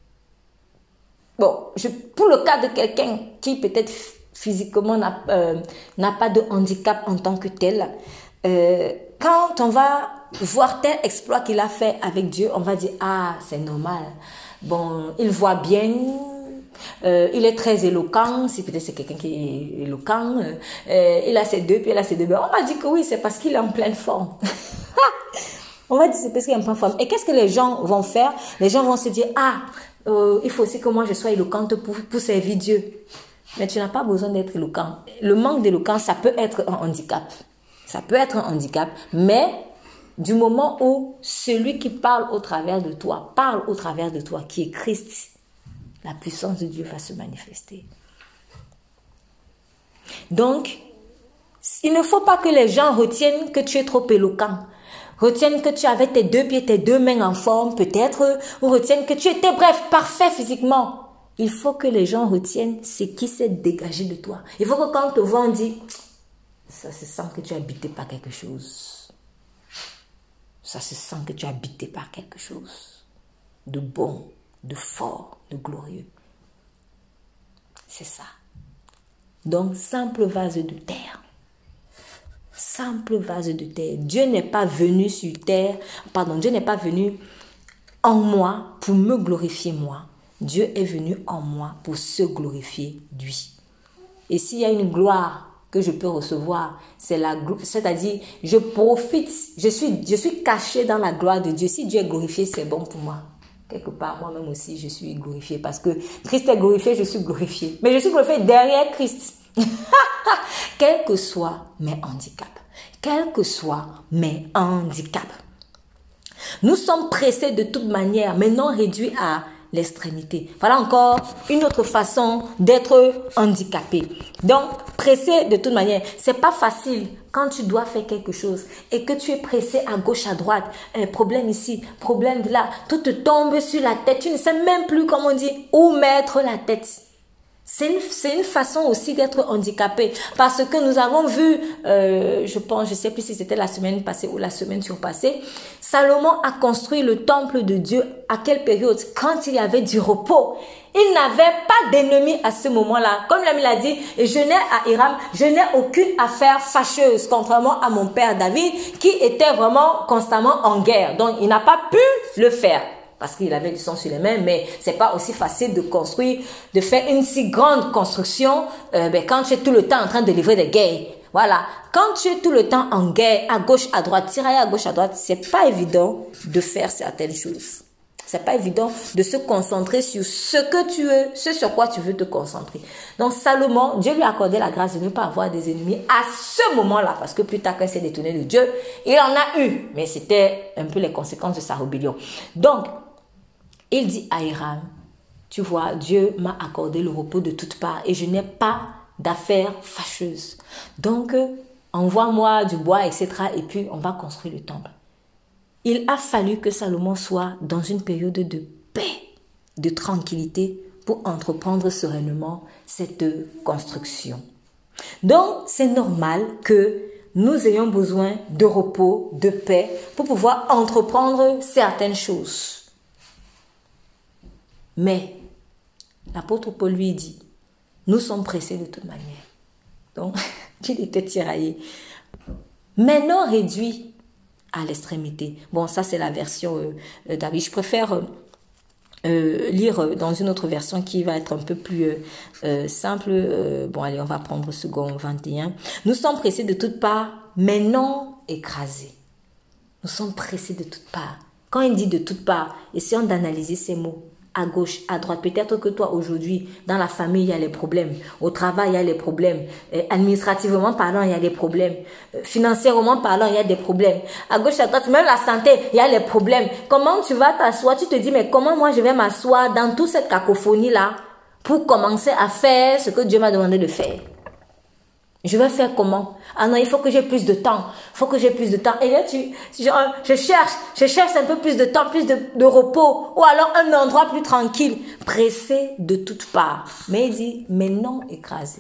Bon, pour le cas de quelqu'un qui peut-être physiquement n'a pas de handicap en tant que tel, quand on va voir tel exploit qu'il a fait avec Dieu, on va dire, ah, c'est normal. Bon, il voit bien... il est très éloquent, si peut-être c'est quelqu'un qui est éloquent, il a ses deux pieds, il a ses deux mains. On va dire que oui, c'est parce qu'il est en pleine forme. On va dire que c'est parce qu'il est en pleine forme. Et qu'est-ce que les gens vont faire? Les gens vont se dire, ah, il faut aussi que moi je sois éloquente pour servir Dieu. Mais tu n'as pas besoin d'être éloquent. Le manque d'éloquence, ça peut être un handicap. Ça peut être un handicap, mais du moment où celui qui parle au travers de toi, qui est Christ, la puissance de Dieu va se manifester. Donc, il ne faut pas que les gens retiennent que tu es trop éloquent. Retiennent que tu avais tes deux pieds, tes deux mains en forme peut-être. Ou retiennent que tu étais, bref, parfait physiquement. Il faut que les gens retiennent ce qui s'est dégagé de toi. Il faut que quand on te voit, on dit, ça se sent que tu es habité par quelque chose. Ça se sent que tu es habité par quelque chose de bon, de fort, de glorieux. C'est ça. Donc, simple vase de terre. Simple vase de terre. Dieu n'est pas venu sur terre, Dieu n'est pas venu en moi pour me glorifier moi. Dieu est venu en moi pour se glorifier lui. Et s'il y a une gloire que je peux recevoir, c'est-à-dire je profite, je suis caché dans la gloire de Dieu. Si Dieu est glorifié, c'est bon pour moi. Quelque part, moi-même aussi, je suis glorifié parce que Christ est glorifié, je suis glorifié. Mais je suis glorifié derrière Christ. Quels que soient mes handicaps. Quels que soient mes handicaps. Nous sommes pressés de toute manière, mais non réduits à l'extrémité. Voilà encore une autre façon d'être handicapé. Donc, pressé de toute manière. C'est pas facile quand tu dois faire quelque chose et que tu es pressé à gauche, à droite. Problème ici, problème de là. Tout te tombe sur la tête. Tu ne sais même plus, comme on dit, où mettre la tête. C'est une façon aussi d'être handicapé. Parce que nous avons vu, je sais plus si c'était la semaine passée ou la semaine surpassée, Salomon a construit le temple de Dieu à quelle période? Quand il y avait du repos. Il n'avait pas d'ennemis à ce moment-là. Comme l'ami l'a dit, je n'ai aucune affaire fâcheuse, contrairement à mon père David, qui était vraiment constamment en guerre. Donc, il n'a pas pu le faire. Parce qu'il avait du sang sur les mains, mais c'est pas aussi facile de construire, de faire une si grande construction quand tu es tout le temps en train de livrer des guerres. Voilà. Quand tu es tout le temps en guerre, à gauche, à droite, tirailler à gauche, à droite, c'est pas évident de faire certaines choses. C'est pas évident de se concentrer sur ce que tu veux, ce sur quoi tu veux te concentrer. Donc Salomon, Dieu lui a accordé la grâce de ne pas avoir des ennemis à ce moment-là, parce que plus tard, quand il s'est détourné de Dieu, il en a eu. Mais c'était un peu les conséquences de sa rébellion. Donc, il dit à Hiram, tu vois, Dieu m'a accordé le repos de toutes parts et je n'ai pas d'affaires fâcheuses. Donc, envoie-moi du bois, etc. et puis on va construire le temple. Il a fallu que Salomon soit dans une période de paix, de tranquillité pour entreprendre sereinement cette construction. Donc, c'est normal que nous ayons besoin de repos, de paix pour pouvoir entreprendre certaines choses. Mais, l'apôtre Paul lui dit, nous sommes pressés de toute manière. Donc, il était tiraillé. Maintenant réduit à l'extrémité. Bon, ça c'est la version David. Je préfère lire dans une autre version qui va être un peu plus simple. Bon, allez, on va prendre second 21. Nous sommes pressés de toutes parts, mais non écrasés. Nous sommes pressés de toutes parts. Quand il dit de toutes parts, essayons d'analyser ces mots. À gauche, à droite. Peut-être que toi, aujourd'hui, dans la famille, il y a les problèmes. Au travail, il y a les problèmes. Administrativement parlant, il y a des problèmes. Financièrement parlant, il y a des problèmes. À gauche, à droite, même la santé, il y a les problèmes. Comment tu vas t'asseoir? Tu te dis, mais comment moi je vais m'asseoir dans toute cette cacophonie-là pour commencer à faire ce que Dieu m'a demandé de faire? Je vais faire comment? Ah non, il faut que j'ai plus de temps. Il faut que j'ai plus de temps. Et là, je cherche un peu plus de temps, plus de repos. Ou alors un endroit plus tranquille. Pressé de toutes parts. Mais il dit, mais non écrasé.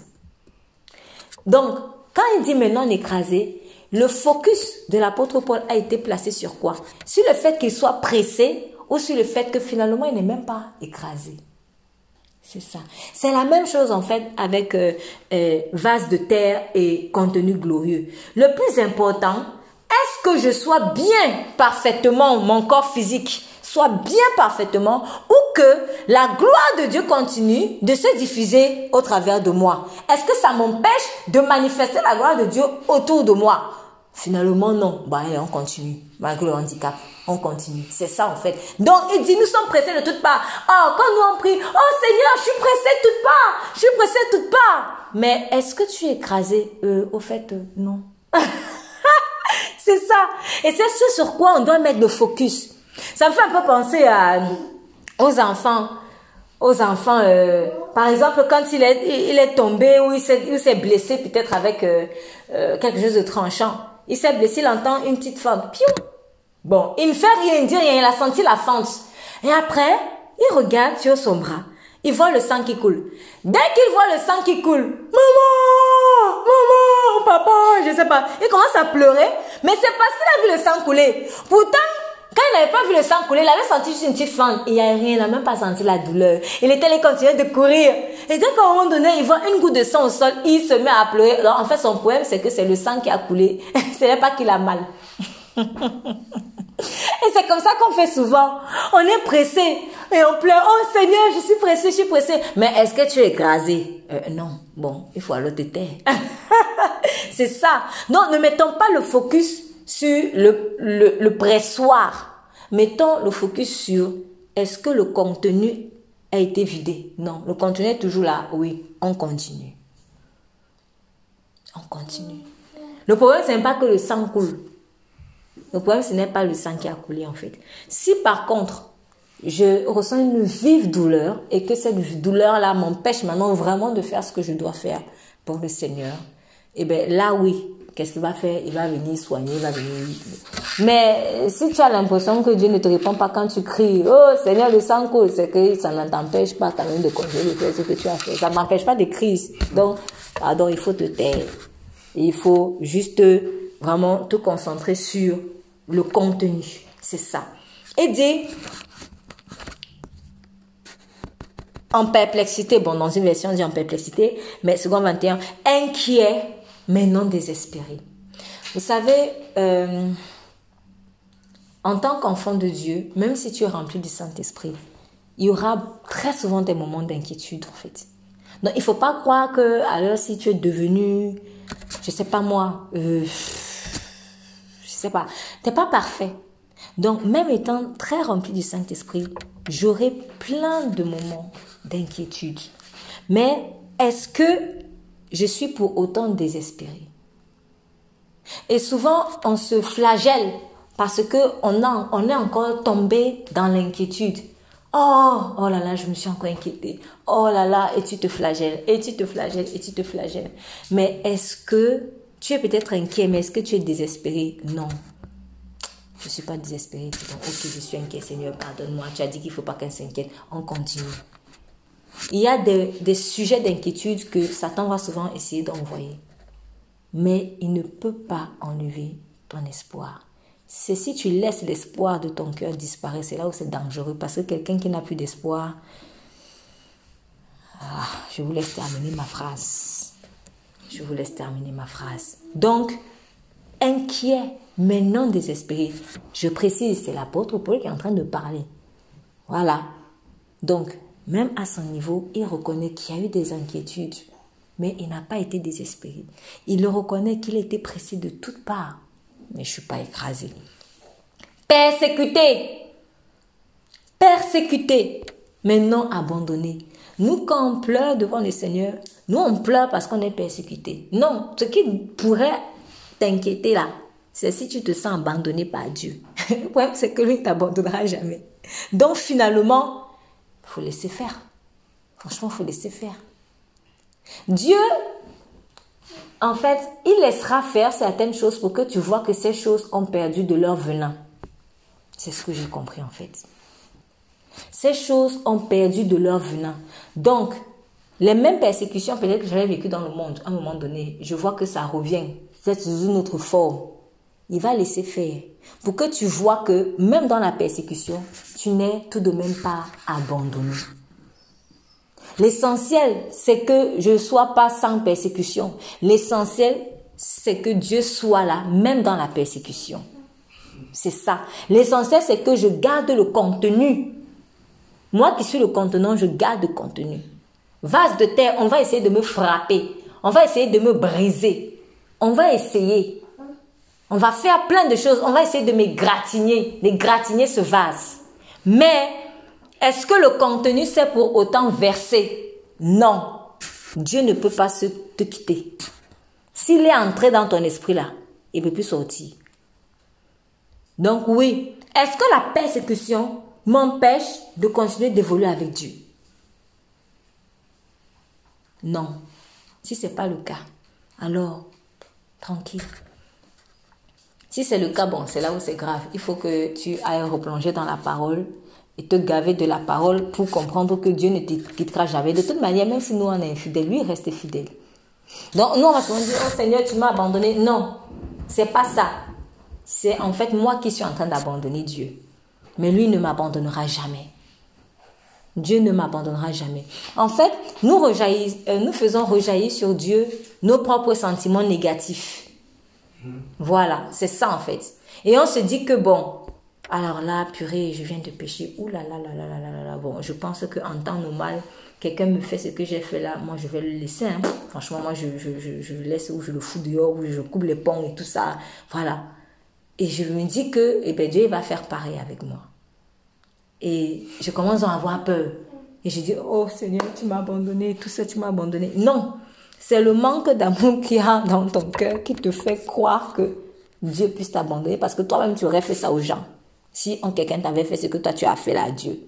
Donc, quand il dit mais non écrasé, le focus de l'apôtre Paul a été placé sur quoi? Sur le fait qu'il soit pressé ou sur le fait que finalement, il n'est même pas écrasé. C'est ça. C'est la même chose en fait avec vase de terre et contenu glorieux. Le plus important, est-ce que je sois bien parfaitement, mon corps physique soit bien parfaitement, ou que la gloire de Dieu continue de se diffuser au travers de moi? Est-ce que ça m'empêche de manifester la gloire de Dieu autour de moi? Finalement, non. Bah, allez, on continue. Malgré le handicap, on continue. C'est ça, en fait. Donc, il dit, nous sommes pressés de toutes parts. Oh, quand nous on prie, oh Seigneur, je suis pressé de toutes parts. Je suis pressé de toutes parts. Mais est-ce que tu es écrasé? Au fait, non. C'est ça. Et c'est ce sur quoi on doit mettre le focus. Ça me fait un peu penser aux enfants. Par exemple, quand il est tombé ou il s'est blessé peut-être avec quelque chose de tranchant. Il s'est blessé, il entend une petite fente. Piou! Bon, il ne fait rien, il dit rien, il a senti la fente. Et après, il regarde sur son bras. Il voit le sang qui coule. Dès qu'il voit le sang qui coule, maman, papa, je sais pas. Il commence à pleurer, mais c'est parce qu'il a vu le sang couler. Pourtant, quand il n'avait pas vu le sang couler, il avait senti juste une petite fente. Il n'y a rien, il n'a même pas senti la douleur. Il était allé continuer de courir. Et dès qu'à un moment donné, il voit une goutte de sang au sol, il se met à pleurer. Alors, en fait, son problème, c'est que c'est le sang qui a coulé. Ce n'est pas qu'il a mal. Et c'est comme ça qu'on fait souvent. On est pressé et on pleure. Oh Seigneur, je suis pressé, je suis pressé. Mais est-ce que tu es écrasé? Non. Bon, il faut alors te taire. C'est ça. Donc, ne mettons pas le focus sur le pressoir. Mettons le focus sur est-ce que le contenu a été vidé? Non, le contenu est toujours là. Oui, on continue. On continue. Le problème, ce n'est pas que le sang coule. Le problème, ce n'est pas le sang qui a coulé en fait. Si par contre, je ressens une vive douleur et que cette douleur-là m'empêche maintenant vraiment de faire ce que je dois faire pour le Seigneur, eh bien là oui, qu'est-ce qu'il va faire? Il va venir soigner, il va venir... Mais si tu as l'impression que Dieu ne te répond pas quand tu cries, oh Seigneur, le sang coule, c'est que ça ne t'empêche pas quand même de continuer de faire ce que tu as fait. Ça ne m'empêche pas de crises. Donc, pardon, il faut te taire. Il faut juste vraiment te concentrer sur le contenu. C'est ça. Et dit, en perplexité, bon, dans une version, on dit en perplexité, mais second 21, inquiet, mais non désespéré. Vous savez, en tant qu'enfant de Dieu, même si tu es rempli du Saint-Esprit, il y aura très souvent des moments d'inquiétude, en fait. Donc, il ne faut pas croire que, alors, si tu es devenu, je ne sais pas moi, je ne sais pas, tu n'es pas parfait. Donc, même étant très rempli du Saint-Esprit, j'aurai plein de moments d'inquiétude. Mais est-ce que je suis pour autant désespérée? Et souvent, on se flagelle parce qu'on est encore tombé dans l'inquiétude. Oh là là, je me suis encore inquiétée. Oh là là, et tu te flagelles, et tu te flagelles, et tu te flagelles. Mais est-ce que tu es peut-être inquiet, mais est-ce que tu es désespéré? Non. Je ne suis pas désespérée. Donc, ok, je suis inquiet, Seigneur, pardonne-moi. Tu as dit qu'il ne faut pas qu'elle s'inquiète. On continue. Il y a des sujets d'inquiétude que Satan va souvent essayer d'envoyer. Mais il ne peut pas enlever ton espoir. C'est si tu laisses l'espoir de ton cœur disparaître, c'est là où c'est dangereux. Parce que quelqu'un qui n'a plus d'espoir... je vous laisse terminer ma phrase. Je vous laisse terminer ma phrase. Donc, inquiet, mais non désespéré. Je précise, c'est l'apôtre Paul qui est en train de parler. Voilà. Donc, même à son niveau, il reconnaît qu'il y a eu des inquiétudes, mais il n'a pas été désespéré. Il le reconnaît qu'il était pressé de toutes parts, mais je ne suis pas écrasé. Persécuté. Persécuté, mais non abandonné. Nous, quand on pleure devant le Seigneur, nous, on pleure parce qu'on est persécuté. Non, ce qui pourrait t'inquiéter là, c'est si tu te sens abandonné par Dieu. Le problème, c'est que lui ne t'abandonnera jamais. Donc, finalement, il faut laisser faire. Franchement, il faut laisser faire. Dieu, en fait, il laissera faire certaines choses pour que tu vois que ces choses ont perdu de leur venin. C'est ce que j'ai compris, en fait. Ces choses ont perdu de leur venin. Donc, les mêmes persécutions peut-être que j'avais vécues dans le monde, à un moment donné, je vois que ça revient, c'est sous une autre forme. Il va laisser faire pour que tu vois que même dans la persécution, tu n'es tout de même pas abandonné. L'essentiel, c'est que je ne sois pas sans persécution. L'essentiel, c'est que Dieu soit là, même dans la persécution. C'est ça. L'essentiel, c'est que je garde le contenu. Moi qui suis le contenant, je garde le contenu. Vase de terre, on va essayer de me frapper. On va essayer de me briser. On va essayer. On va faire plein de choses. On va essayer de d'égratigner ce vase. Mais, est-ce que le contenu s'est pour autant versé? Non. Dieu ne peut pas te quitter. S'il est entré dans ton esprit là, il ne peut plus sortir. Donc oui, est-ce que la persécution m'empêche de continuer d'évoluer avec Dieu? Non. Si ce n'est pas le cas, alors, tranquille. Si c'est le cas, bon, c'est là où c'est grave. Il faut que tu ailles replonger dans la parole et te gaver de la parole pour comprendre que Dieu ne te quittera jamais. De toute manière, même si nous on est infidèles, lui il reste fidèle. Donc nous on va souvent dire, oh Seigneur, tu m'as abandonné. Non, c'est pas ça. C'est en fait moi qui suis en train d'abandonner Dieu. Mais lui ne m'abandonnera jamais. Dieu ne m'abandonnera jamais. En fait, nous faisons rejaillir sur Dieu nos propres sentiments négatifs. Voilà, c'est ça en fait. Et on se dit que bon, alors là, purée, je viens de pécher. Ouh là là là là là là là. Bon, je pense qu'en temps normal, quelqu'un me fait ce que j'ai fait là, moi je vais le laisser. Hein. Franchement, moi je le laisse ou je le fous dehors ou je coupe les ponts et tout ça. Voilà. Et je me dis que eh ben, Dieu va faire pareil avec moi. Et je commence à avoir peur. Et je dis, oh Seigneur, tu m'as abandonné, tout ça, tu m'as abandonné. Non, c'est le manque d'amour qu'il y a dans ton cœur qui te fait croire que Dieu puisse t'abandonner parce que toi-même, tu aurais fait ça aux gens. Si quelqu'un t'avait fait ce que toi, tu as fait là à Dieu.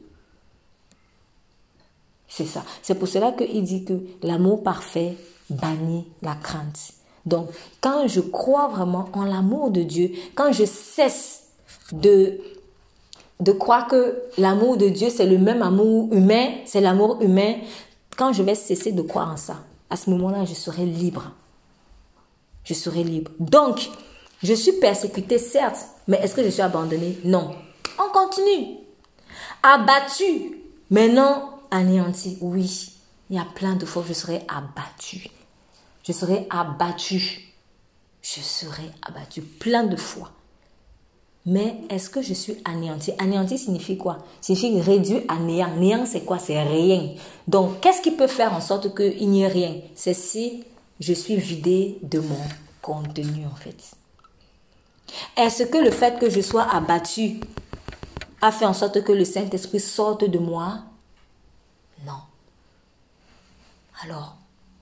C'est ça. C'est pour cela qu'il dit que l'amour parfait bannit la crainte. Donc, quand je crois vraiment en l'amour de Dieu, quand je cesse de croire que l'amour de Dieu, c'est le même amour humain, c'est l'amour humain, quand je vais cesser de croire en ça, à ce moment-là, je serai libre. Je serai libre. Donc, je suis persécutée, certes, mais est-ce que je suis abandonnée? Non. On continue. Abattue, mais non anéantie. Oui, il y a plein de fois où je serai abattue. Je serai abattue. Je serai abattue plein de fois. Mais est-ce que je suis anéantie? Anéantie signifie quoi? Signifie réduit à néant. Néant, c'est quoi? C'est rien. Donc, qu'est-ce qui peut faire en sorte qu'il n'y ait rien? C'est si je suis vidée de mon contenu, en fait. Est-ce que le fait que je sois abattue a fait en sorte que le Saint-Esprit sorte de moi? Non. Alors,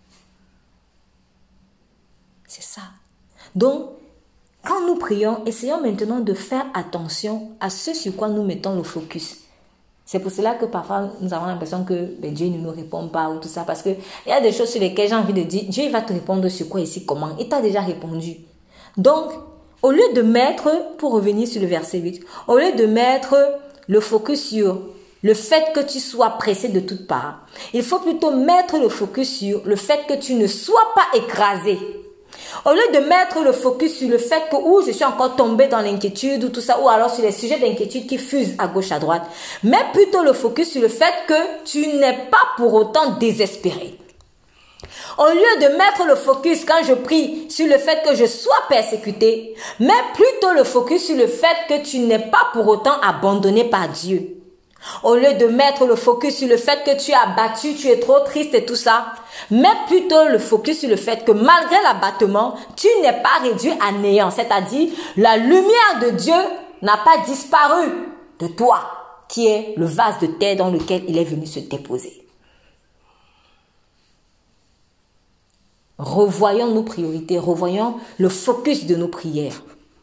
c'est ça. Donc, quand nous prions, essayons maintenant de faire attention à ce sur quoi nous mettons le focus. C'est pour cela que parfois, nous avons l'impression que Dieu ne nous répond pas ou tout ça. Parce qu'il y a des choses sur lesquelles j'ai envie de dire, Dieu va te répondre sur quoi ici, comment. Il t'a déjà répondu. Donc, au lieu de mettre, pour revenir sur le verset 8, au lieu de mettre le focus sur le fait que tu sois pressé de toutes parts, il faut plutôt mettre le focus sur le fait que tu ne sois pas écrasé. Au lieu de mettre le focus sur le fait que je suis encore tombé dans l'inquiétude ou tout ça, ou alors sur les sujets d'inquiétude qui fusent à gauche, à droite, mets plutôt le focus sur le fait que tu n'es pas pour autant désespéré. Au lieu de mettre le focus quand je prie sur le fait que je sois persécuté, mets plutôt le focus sur le fait que tu n'es pas pour autant abandonné par Dieu. Au lieu de mettre le focus sur le fait que tu es abattu, tu es trop triste et tout ça, mets plutôt le focus sur le fait que malgré l'abattement, tu n'es pas réduit à néant. C'est-à-dire, la lumière de Dieu n'a pas disparu de toi, qui est le vase de terre dans lequel il est venu se déposer. Revoyons nos priorités, revoyons le focus de nos prières.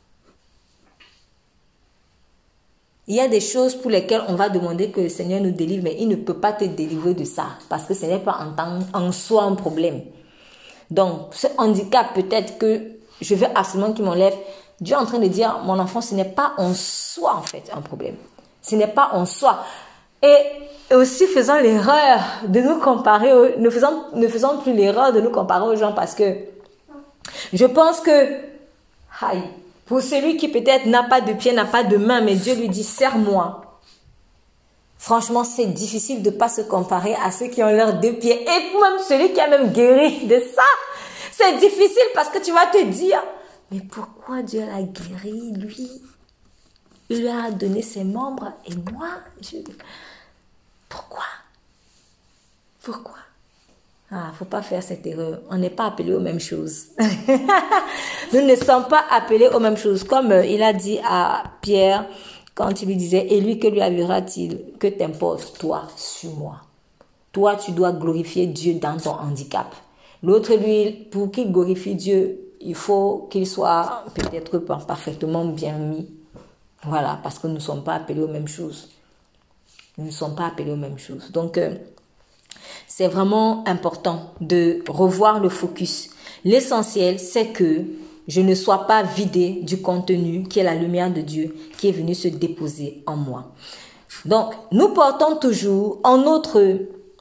Il y a des choses pour lesquelles on va demander que le Seigneur nous délivre, mais il ne peut pas te délivrer de ça, parce que ce n'est pas en soi un problème. Donc, ce handicap, peut-être que je veux absolument qu'il m'enlève. Dieu est en train de dire, mon enfant, ce n'est pas en soi, en fait, un problème. Ce n'est pas en soi. Et aussi, faisons l'erreur de nous comparer, ne faisons plus l'erreur de nous comparer aux gens, parce que je pense que, pour celui qui peut-être n'a pas de pied, n'a pas de main, mais Dieu lui dit, serre-moi. Franchement, c'est difficile de ne pas se comparer à ceux qui ont leurs deux pieds. Et même celui qui a même guéri de ça, c'est difficile parce que tu vas te dire, mais pourquoi Dieu l'a guéri, lui? Il lui a donné ses membres et moi, pourquoi? Pourquoi? Faut pas faire cette erreur. On n'est pas appelé aux mêmes choses. Nous ne sommes pas appelés aux mêmes choses. Comme il a dit à Pierre, quand il lui disait, et lui, que lui avouera-t-il? Que t'importe, toi, sur moi? Toi, tu dois glorifier Dieu dans ton handicap. L'autre, lui, pour qu'il glorifie Dieu, il faut qu'il soit peut-être parfaitement bien mis. Voilà, parce que nous ne sommes pas appelés aux mêmes choses. Nous ne sommes pas appelés aux mêmes choses. Donc, c'est vraiment important de revoir le focus. L'essentiel, c'est que je ne sois pas vidé du contenu qui est la lumière de Dieu qui est venue se déposer en moi. Donc, nous portons toujours en notre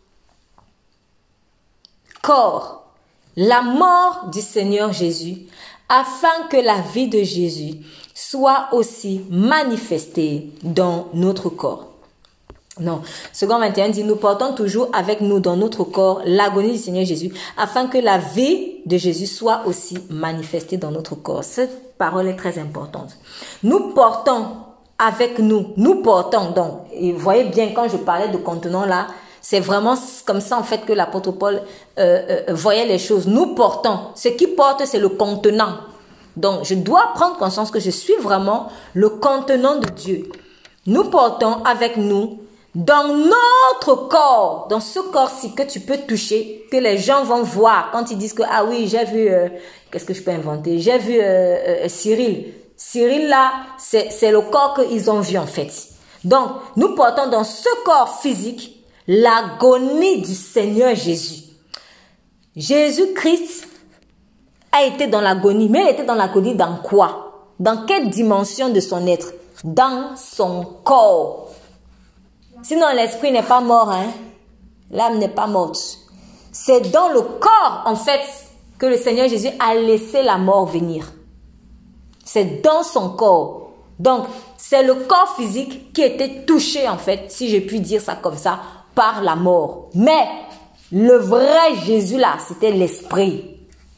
corps la mort du Seigneur Jésus afin que la vie de Jésus soit aussi manifestée dans notre corps. Non, 2 Corinthiens dit, nous portons toujours avec nous dans notre corps l'agonie du Seigneur Jésus, afin que la vie de Jésus soit aussi manifestée dans notre corps. Cette parole est très importante. Nous portons avec nous, donc, et vous voyez bien quand je parlais de contenant là, c'est vraiment comme ça en fait que l'apôtre Paul voyait les choses. Nous portons, ce qui porte c'est le contenant. Donc je dois prendre conscience que je suis vraiment le contenant de Dieu. Nous portons avec nous dans notre corps, dans ce corps-ci que tu peux toucher, que les gens vont voir quand ils disent que, ah oui, j'ai vu, qu'est-ce que je peux inventer? J'ai vu Cyril. Cyril là, c'est le corps qu'ils ont vu en fait. Donc, nous portons dans ce corps physique l'agonie du Seigneur Jésus. Jésus-Christ a été dans l'agonie. Mais elle était dans l'agonie dans quoi? Dans quelle dimension de son être? Dans son corps. Sinon, l'esprit n'est pas mort, hein? L'âme n'est pas morte. C'est dans le corps, en fait, que le Seigneur Jésus a laissé la mort venir. C'est dans son corps. Donc, c'est le corps physique qui était touché, en fait, si je puis dire ça comme ça, par la mort. Mais le vrai Jésus, là, c'était l'esprit.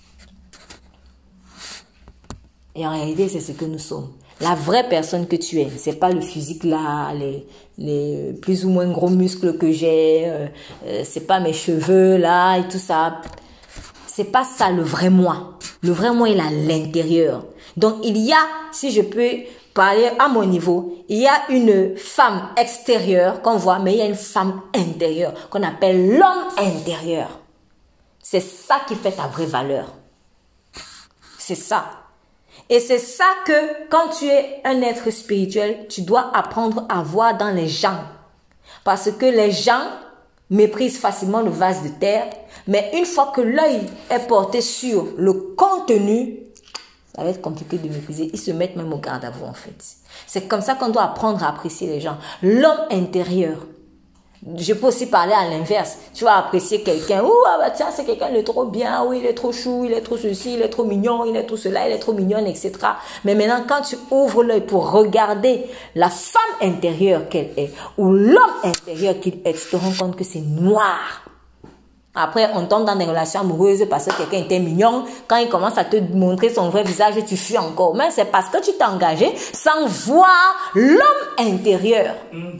Et en réalité, c'est ce que nous sommes. La vraie personne que tu es, c'est pas le physique là, les plus ou moins gros muscles que j'ai, c'est pas mes cheveux là et tout ça. C'est pas ça le vrai moi. Le vrai moi, il est à l'intérieur. Donc il y a, si je peux parler à mon niveau, il y a une femme extérieure qu'on voit, mais il y a une femme intérieure qu'on appelle l'homme intérieur. C'est ça qui fait ta vraie valeur. C'est ça. Et c'est ça que, quand tu es un être spirituel, tu dois apprendre à voir dans les gens. Parce que les gens méprisent facilement le vase de terre, mais une fois que l'œil est porté sur le contenu, ça va être compliqué de mépriser. Ils se mettent même au garde à vous, en fait. C'est comme ça qu'on doit apprendre à apprécier les gens. L'homme intérieur. Je peux aussi parler à l'inverse. Tu vas apprécier quelqu'un. Oh, ah bah tiens, c'est quelqu'un de trop bien. Oui, il est trop chou, il est trop ceci, il est trop mignon, il est tout cela, il est trop mignonne, etc. Mais maintenant, quand tu ouvres l'œil pour regarder la femme intérieure qu'elle est, ou l'homme intérieur qu'il est, tu te rends compte que c'est noir. Après, on tombe dans des relations amoureuses parce que quelqu'un était mignon. Quand il commence à te montrer son vrai visage, tu fuis encore. Mais c'est parce que tu t'es engagé sans voir l'homme intérieur.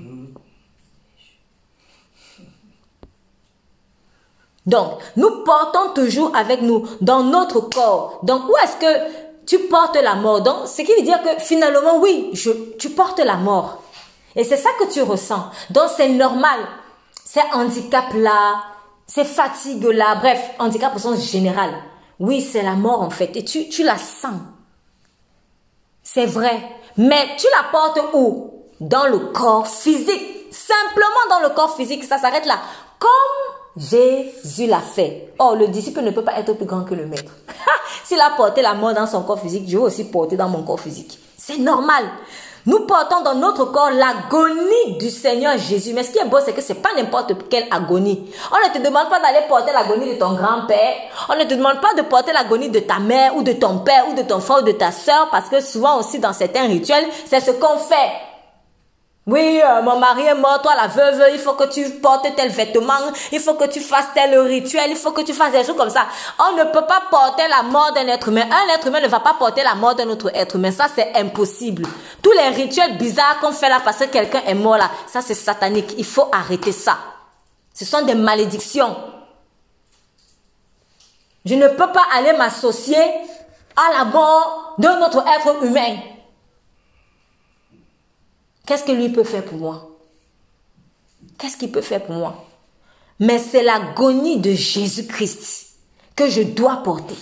Donc, nous portons toujours avec nous dans notre corps. Donc, où est-ce que tu portes la mort? Donc, ce qui veut dire que finalement, oui, tu portes la mort. Et c'est ça que tu ressens. Donc, c'est normal. C'est handicap-là, c'est fatigue-là, bref, handicap au sens général. Oui, c'est la mort en fait. Et tu la sens. C'est vrai. Mais tu la portes où? Dans le corps physique. Simplement dans le corps physique. Ça s'arrête là. Comme Jésus l'a fait. Oh, le disciple ne peut pas être plus grand que le maître. S'il a porté la mort dans son corps physique, je vais aussi porter dans mon corps physique. C'est normal. Nous portons dans notre corps l'agonie du Seigneur Jésus. Mais ce qui est beau, c'est que ce n'est pas n'importe quelle agonie. On ne te demande pas d'aller porter l'agonie de ton grand-père. On ne te demande pas de porter l'agonie de ta mère ou de ton père ou de ton frère ou de ta soeur. Parce que souvent aussi dans certains rituels, c'est ce qu'on fait. Oui, mon mari est mort, toi la veuve, il faut que tu portes tel vêtement, il faut que tu fasses tel rituel, il faut que tu fasses des choses comme ça. On ne peut pas porter la mort d'un être humain. Un être humain ne va pas porter la mort d'un autre être humain. Ça, c'est impossible. Tous les rituels bizarres qu'on fait là parce que quelqu'un est mort là, ça c'est satanique. Il faut arrêter ça. Ce sont des malédictions. Je ne peux pas aller m'associer à la mort d'un autre être humain. Qu'est-ce que lui peut faire pour moi? Qu'est-ce qu'il peut faire pour moi? Mais c'est l'agonie de Jésus-Christ que je dois porter.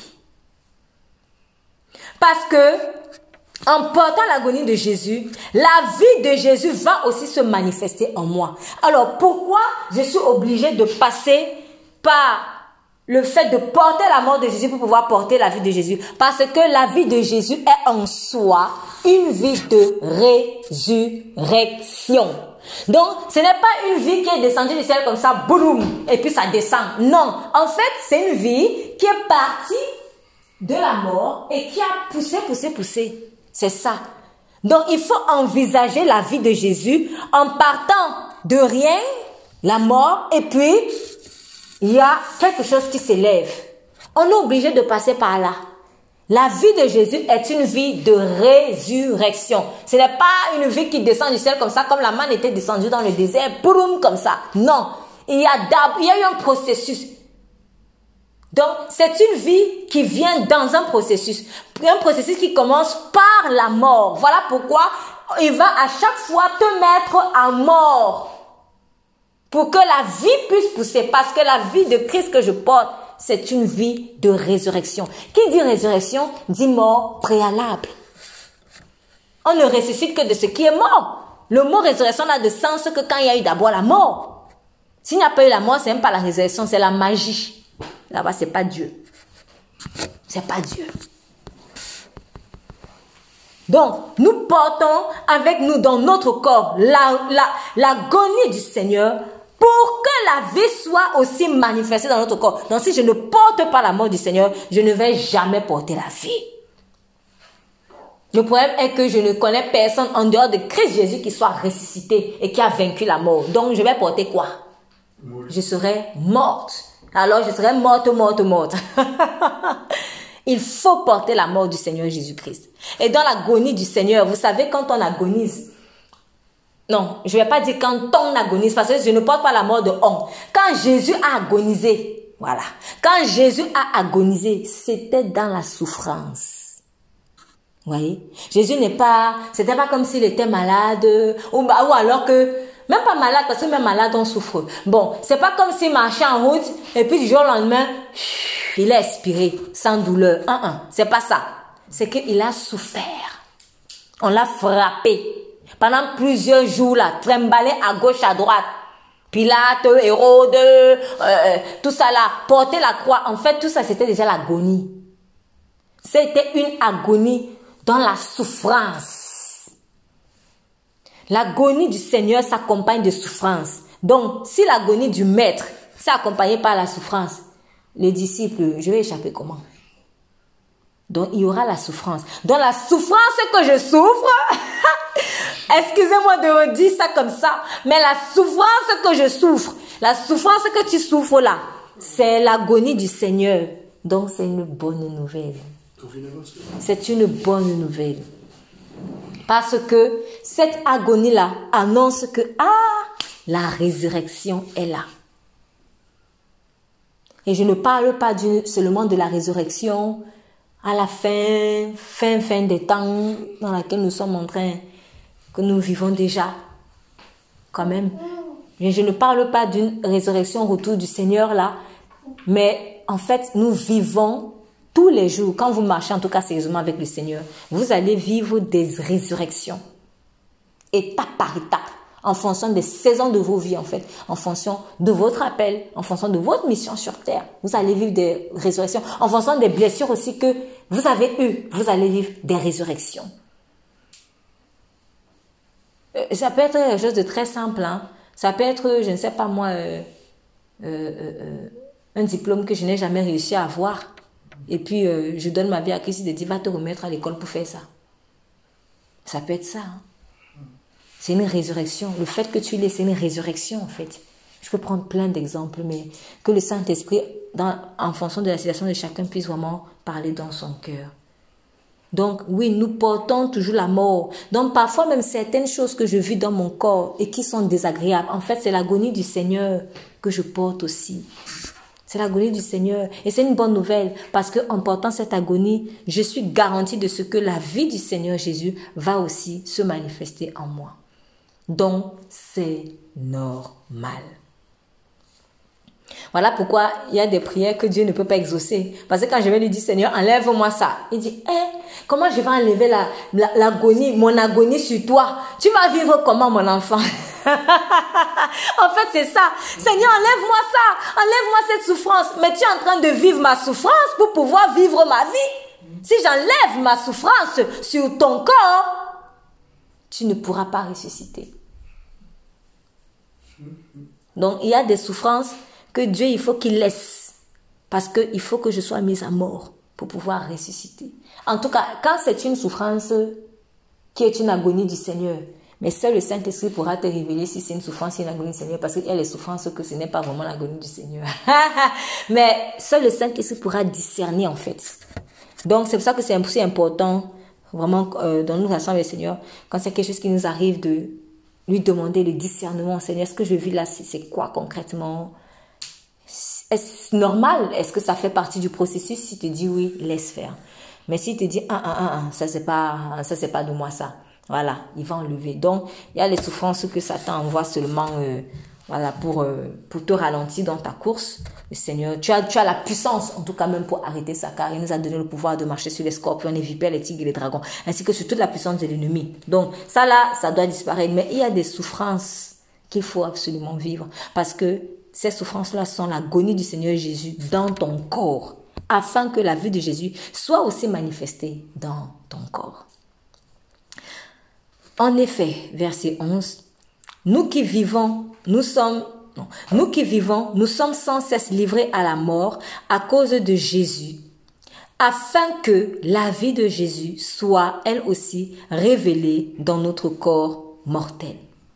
Parce que, en portant l'agonie de Jésus, la vie de Jésus va aussi se manifester en moi. Alors, pourquoi je suis obligée de passer par le fait de porter la mort de Jésus pour pouvoir porter la vie de Jésus? Parce que la vie de Jésus est en soi une vie de résurrection. Donc, ce n'est pas une vie qui est descendue du ciel comme ça, boum, et puis ça descend. Non, en fait, c'est une vie qui est partie de la mort et qui a poussé. C'est ça. Donc, il faut envisager la vie de Jésus en partant de rien, la mort, et puis il y a quelque chose qui s'élève. On est obligé de passer par là. La vie de Jésus est une vie de résurrection. Ce n'est pas une vie qui descend du ciel comme ça, comme la manne était descendue dans le désert, boum, comme ça. Non, il y a eu un processus. Donc, c'est une vie qui vient dans un processus qui commence par la mort. Voilà pourquoi il va à chaque fois te mettre à mort pour que la vie puisse pousser. Parce que la vie de Christ que je porte, c'est une vie de résurrection. Qui dit résurrection, dit mort préalable. On ne ressuscite que de ce qui est mort. Le mot résurrection n'a de sens que quand il y a eu d'abord la mort. S'il n'y a pas eu la mort, c'est même pas la résurrection, c'est la magie. Là-bas, c'est pas Dieu. C'est pas Dieu. Donc, nous portons avec nous dans notre corps l'agonie du Seigneur pour que la vie soit aussi manifestée dans notre corps. Donc, si je ne porte pas la mort du Seigneur, je ne vais jamais porter la vie. Le problème est que je ne connais personne en dehors de Christ Jésus qui soit ressuscité et qui a vaincu la mort. Donc, je vais porter quoi? Je serai morte. Alors, je serai morte. Il faut porter la mort du Seigneur Jésus-Christ. Et dans l'agonie du Seigneur, vous savez, quand on agonise, non, je ne vais pas dire quand on agonise, parce que je ne porte pas la mort de on. Quand Jésus a agonisé, voilà. Quand Jésus a agonisé, c'était dans la souffrance. Vous voyez? Jésus c'était pas comme s'il était malade, ou alors que, même pas malade, parce que même malade, on souffre. Bon, c'est pas comme s'il marchait en route, et puis du jour au lendemain, il a expiré, sans douleur. C'est pas ça. C'est qu'il a souffert. On l'a frappé. Pendant plusieurs jours, là, trimballé à gauche, à droite. Pilate, Hérode, tout ça là, porter la croix. En fait, tout ça, c'était déjà l'agonie. C'était une agonie dans la souffrance. L'agonie du Seigneur s'accompagne de souffrance. Donc, si l'agonie du Maître s'est accompagnée par la souffrance, les disciples, je vais échapper comment? Donc, il y aura la souffrance. Dans la souffrance que je souffre, excusez-moi de me dire ça comme ça, mais la souffrance que je souffre, la souffrance que tu souffres là, c'est l'agonie du Seigneur. Donc, c'est une bonne nouvelle. C'est une bonne nouvelle. Parce que cette agonie-là annonce que, la résurrection est là. Et je ne parle pas seulement de la résurrection à la fin des temps dans laquelle nous sommes en train, que nous vivons déjà, quand même. Mais je ne parle pas d'une résurrection au retour du Seigneur là, mais en fait, nous vivons tous les jours, quand vous marchez en tout cas sérieusement avec le Seigneur, vous allez vivre des résurrections, étape par étape, en fonction des saisons de vos vies en fait, en fonction de votre appel, en fonction de votre mission sur terre. Vous allez vivre des résurrections, en fonction des blessures aussi que vous avez eues, vous allez vivre des résurrections. Ça peut être quelque chose de très simple, hein. Ça peut être, je ne sais pas moi, un diplôme que je n'ai jamais réussi à avoir. Et puis, je donne ma vie à Christ, il dit, va te remettre à l'école pour faire ça. Ça peut être ça. Hein. C'est une résurrection. Le fait que tu l'aies, c'est une résurrection, en fait. Je peux prendre plein d'exemples, mais que le Saint-Esprit, en fonction de la situation de chacun, puisse vraiment parler dans son cœur. Donc, oui, nous portons toujours la mort. Donc, parfois, même certaines choses que je vis dans mon corps et qui sont désagréables, en fait, c'est l'agonie du Seigneur que je porte aussi. C'est l'agonie du Seigneur. Et c'est une bonne nouvelle parce qu'en portant cette agonie, je suis garantie de ce que la vie du Seigneur Jésus va aussi se manifester en moi. Donc, c'est normal. Voilà pourquoi il y a des prières que Dieu ne peut pas exaucer. Parce que quand je vais lui dire, Seigneur, enlève-moi ça. Il dit, comment je vais enlever l'agonie, mon agonie sur toi? Tu vas vivre comment, mon enfant? En fait, c'est ça. Seigneur, enlève-moi ça. Enlève-moi cette souffrance. Mais tu es en train de vivre ma souffrance pour pouvoir vivre ma vie. Si j'enlève ma souffrance sur ton corps, tu ne pourras pas ressusciter. Donc, il y a des souffrances que Dieu, il faut qu'il laisse. Parce qu'il faut que je sois mise à mort pour pouvoir ressusciter. En tout cas, quand c'est une souffrance qui est une agonie du Seigneur, mais seul le Saint-Esprit pourra te révéler si c'est une souffrance, une agonie du Seigneur, parce qu'il y a les souffrances que ce n'est pas vraiment l'agonie du Seigneur. Mais seul le Saint-Esprit pourra discerner en fait. Donc c'est pour ça que c'est aussi important, vraiment, dans nos relations avec le Seigneur, quand c'est quelque chose qui nous arrive, de lui demander le discernement. Seigneur, est-ce que je vis là, c'est quoi concrètement? Est-ce normal? Est-ce que ça fait partie du processus? Si tu dis oui, laisse faire. Mais si tu dis ça c'est pas de moi ça. Voilà, il va enlever. Donc, il y a les souffrances que Satan envoie seulement voilà, pour te ralentir dans ta course. Le Seigneur, tu as la puissance, en tout cas même pour arrêter ça, car il nous a donné le pouvoir de marcher sur les scorpions, les vipères, les tigres et les dragons, ainsi que sur toute la puissance de l'ennemi. Donc, ça là, ça doit disparaître. Mais il y a des souffrances qu'il faut absolument vivre, parce que ces souffrances-là sont l'agonie du Seigneur Jésus dans ton corps, afin que la vie de Jésus soit aussi manifestée dans ton corps. En effet, verset 11, nous qui vivons, nous sommes sans cesse livrés à la mort à cause de Jésus, afin que la vie de Jésus soit elle aussi révélée dans notre corps mortel.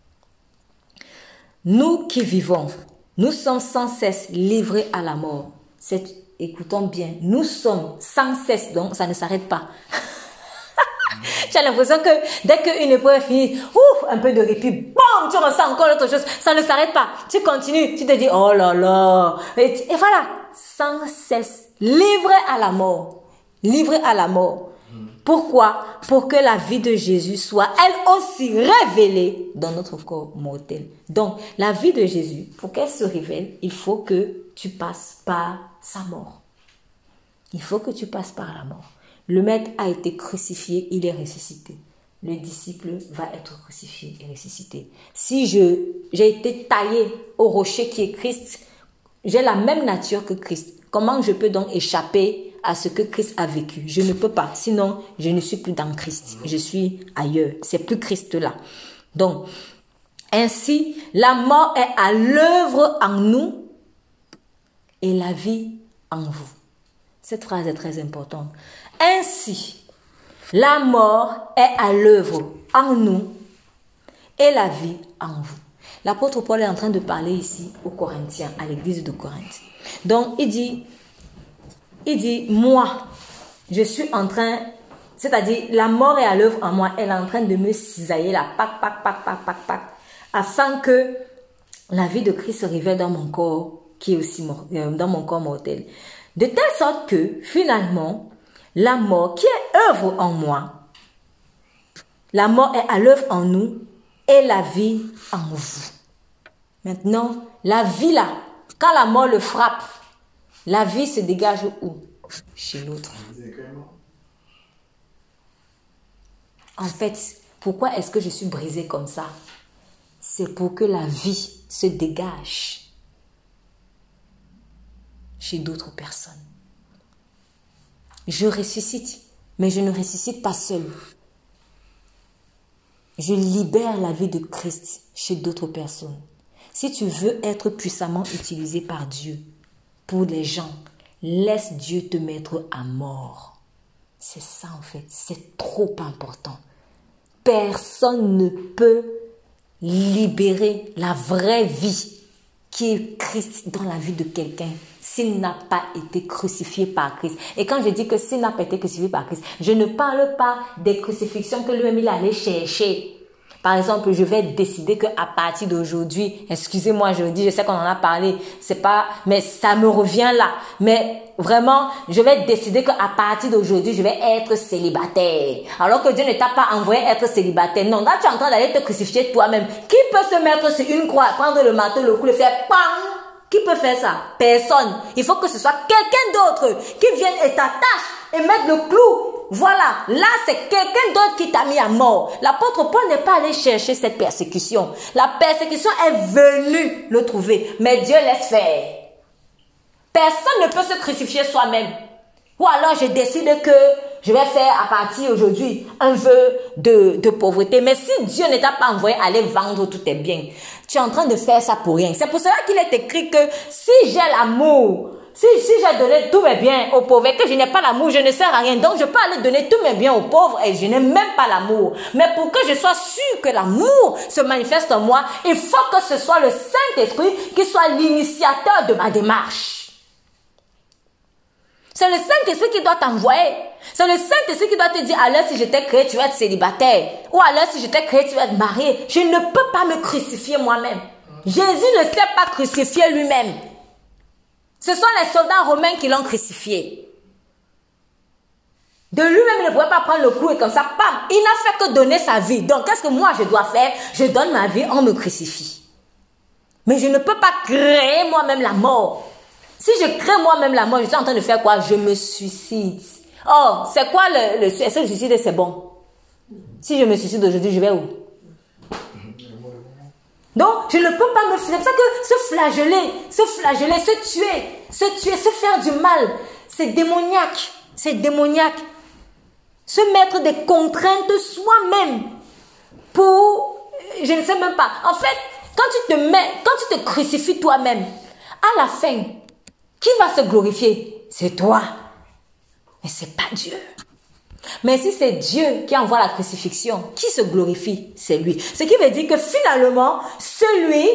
Nous qui vivons, nous sommes sans cesse livrés à la mort. Écoutons bien, nous sommes sans cesse, donc ça ne s'arrête pas. Tu as l'impression que dès qu'une épreuve est finie, un peu de répit, boum, tu ressens encore autre chose. Ça ne s'arrête pas. Tu continues, tu te dis, oh là là. Et voilà, sans cesse, livré à la mort. Livré à la mort. Pourquoi? Pour que la vie de Jésus soit elle aussi révélée dans notre corps mortel. Donc, la vie de Jésus, pour qu'elle se révèle, il faut que tu passes par sa mort. Il faut que tu passes par la mort. Le maître a été crucifié, il est ressuscité. Le disciple va être crucifié et ressuscité. Si j'ai été taillé au rocher qui est Christ, j'ai la même nature que Christ. Comment je peux donc échapper à ce que Christ a vécu? Je ne peux pas, sinon je ne suis plus dans Christ. Je suis ailleurs, c'est plus Christ là. Donc, ainsi, la mort est à l'œuvre en nous et la vie en vous. Cette phrase est très importante. Ainsi, la mort est à l'œuvre en nous et la vie en vous. L'apôtre Paul est en train de parler ici aux Corinthiens, à l'église de Corinthe. Donc, il dit, moi, je suis en train, c'est-à-dire, la mort est à l'œuvre en moi, elle est en train de me cisailler là, pac, afin que la vie de Christ se révèle dans mon corps, qui est aussi dans mon corps mortel. De telle sorte que, finalement, la mort qui est œuvre en moi, la mort est à l'œuvre en nous et la vie en vous. Maintenant, la vie là, quand la mort le frappe, la vie se dégage où? Chez l'autre. En fait, pourquoi est-ce que je suis brisée comme ça? C'est pour que la vie se dégage chez d'autres personnes. Je ressuscite, mais je ne ressuscite pas seul. Je libère la vie de Christ chez d'autres personnes. Si tu veux être puissamment utilisé par Dieu pour les gens, laisse Dieu te mettre à mort. C'est ça en fait, c'est trop important. Personne ne peut libérer la vraie vie qui est Christ dans la vie de quelqu'un s'il n'a pas été crucifié par Christ. Et quand je dis que s'il n'a pas été crucifié par Christ, je ne parle pas des crucifixions que lui-même il allait chercher. Par exemple, je vais décider qu'à partir d'aujourd'hui, excusez-moi, je dis, je sais qu'on en a parlé, c'est pas, mais ça me revient là. Mais vraiment, je vais décider qu'à partir d'aujourd'hui, je vais être célibataire. Alors que Dieu ne t'a pas envoyé être célibataire. Non, là, tu es en train d'aller te crucifier toi-même. Qui peut se mettre sur une croix, prendre le marteau, le coup, le faire, pam! Qui peut faire ça? Personne. Il faut que ce soit quelqu'un d'autre qui vienne et t'attache et mettre le clou. Voilà, là c'est quelqu'un d'autre qui t'a mis à mort. L'apôtre Paul n'est pas allé chercher cette persécution. La persécution est venue le trouver, mais Dieu laisse faire. Personne ne peut se crucifier soi-même. Ou alors je décide que je vais faire à partir d'aujourd'hui un vœu de pauvreté. Mais si Dieu ne t'a pas envoyé aller vendre tous tes biens, tu es en train de faire ça pour rien. C'est pour cela qu'il est écrit que si j'ai l'amour, si j'ai donné tous mes biens aux pauvres et que je n'ai pas l'amour, je ne sers à rien. Donc je peux aller donner tous mes biens aux pauvres et je n'ai même pas l'amour. Mais pour que je sois sûr que l'amour se manifeste en moi, il faut que ce soit le Saint-Esprit qui soit l'initiateur de ma démarche. C'est le Saint-Esprit qui doit t'envoyer. C'est le Saint-Esprit qui doit te dire, alors si je t'ai créé, tu vas être célibataire. Ou alors si je t'ai créé, tu vas être marié. Je ne peux pas me crucifier moi-même. Jésus ne s'est pas crucifié lui-même. Ce sont les soldats romains qui l'ont crucifié. De lui-même, il ne pouvait pas prendre le coup et comme ça, pam, il n'a fait que donner sa vie. Donc, qu'est-ce que moi je dois faire? Je donne ma vie, on me crucifie. Mais je ne peux pas créer moi-même la mort. Si je crée moi-même la mort, je suis en train de faire quoi? Je me suicide. Oh, c'est quoi est-ce que le suicide, c'est bon? Si je me suicide aujourd'hui, je vais où? Donc, je ne peux pas me... C'est pour ça que se flageller, se tuer, se faire du mal, C'est démoniaque. C'est démoniaque. Se mettre des contraintes soi-même pour... Je ne sais même pas. En fait, quand tu te crucifies toi-même, à la fin, qui va se glorifier? C'est toi. Mais c'est pas Dieu. Mais si c'est Dieu qui envoie la crucifixion, qui se glorifie? C'est lui. Ce qui veut dire que finalement, c'est